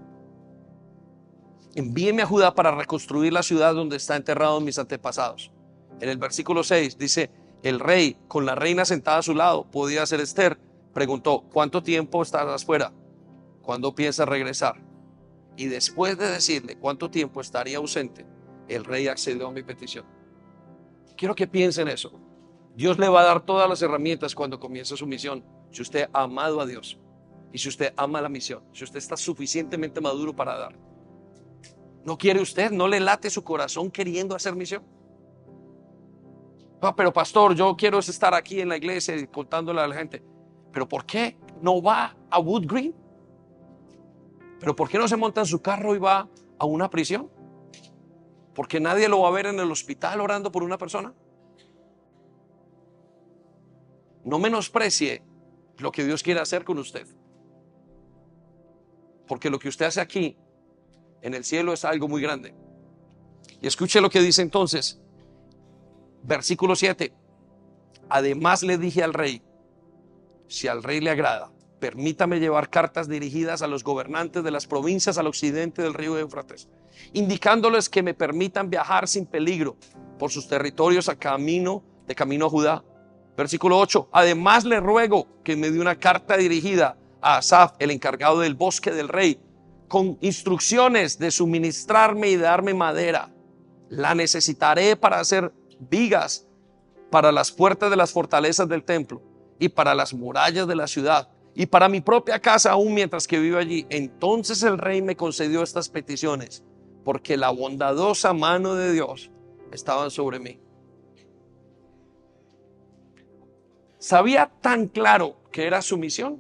Envíeme a Judá para reconstruir la ciudad donde están enterrados mis antepasados. En el versículo seis dice, el rey, con la reina sentada a su lado, podía ser Esther, preguntó, ¿cuánto tiempo estarás fuera? ¿Cuándo piensas regresar? Y después de decirle cuánto tiempo estaría ausente, el rey accedió a mi petición. Quiero que piensen eso. Dios le va a dar todas las herramientas cuando comience su misión. Si usted ha amado a Dios y si usted ama la misión, si usted está suficientemente maduro para dar. ¿No quiere usted? ¿No le late su corazón queriendo hacer misión? Ah, pero pastor, yo quiero estar aquí en la iglesia y contándole a la gente. ¿Pero por qué no va a Wood Green? ¿Pero por qué no se monta en su carro y va a una prisión? ¿Porque nadie lo va a ver en el hospital orando por una persona? No menosprecie lo que Dios quiere hacer con usted. Porque lo que usted hace aquí, en el cielo, es algo muy grande. Y escuche lo que dice entonces. Versículo siete. Además le dije al rey, si al rey le agrada, permítame llevar cartas dirigidas a los gobernantes de las provincias al occidente del río Éufrates, indicándoles que me permitan viajar sin peligro por sus territorios a camino, de camino a Judá. Versículo ocho. Además le ruego que me dé una carta dirigida a Asaf, el encargado del bosque del rey, con instrucciones de suministrarme y de darme madera. La necesitaré para hacer vigas para las puertas de las fortalezas del templo y para las murallas de la ciudad y para mi propia casa aún mientras que vivo allí. Entonces el rey me concedió estas peticiones porque la bondadosa mano de Dios estaba sobre mí. Sabía tan claro que era su misión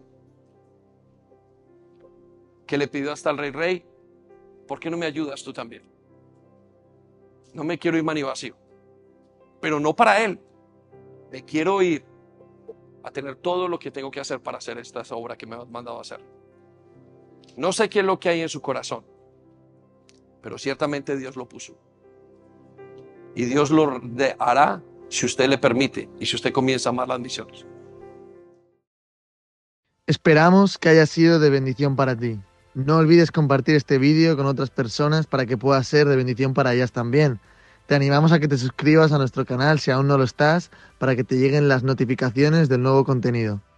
que le pidió hasta al rey, rey, ¿por qué no me ayudas tú también? No me quiero ir mani vacío, pero no para él. Me quiero ir a tener todo lo que tengo que hacer para hacer esta obra que me has mandado a hacer. No sé qué es lo que hay en su corazón, pero ciertamente Dios lo puso. Y Dios lo hará si usted le permite y si usted comienza a amar las misiones. Esperamos que haya sido de bendición para ti. No olvides compartir este vídeo con otras personas para que pueda ser de bendición para ellas también. Te animamos a que te suscribas a nuestro canal si aún no lo estás, para que te lleguen las notificaciones del nuevo contenido.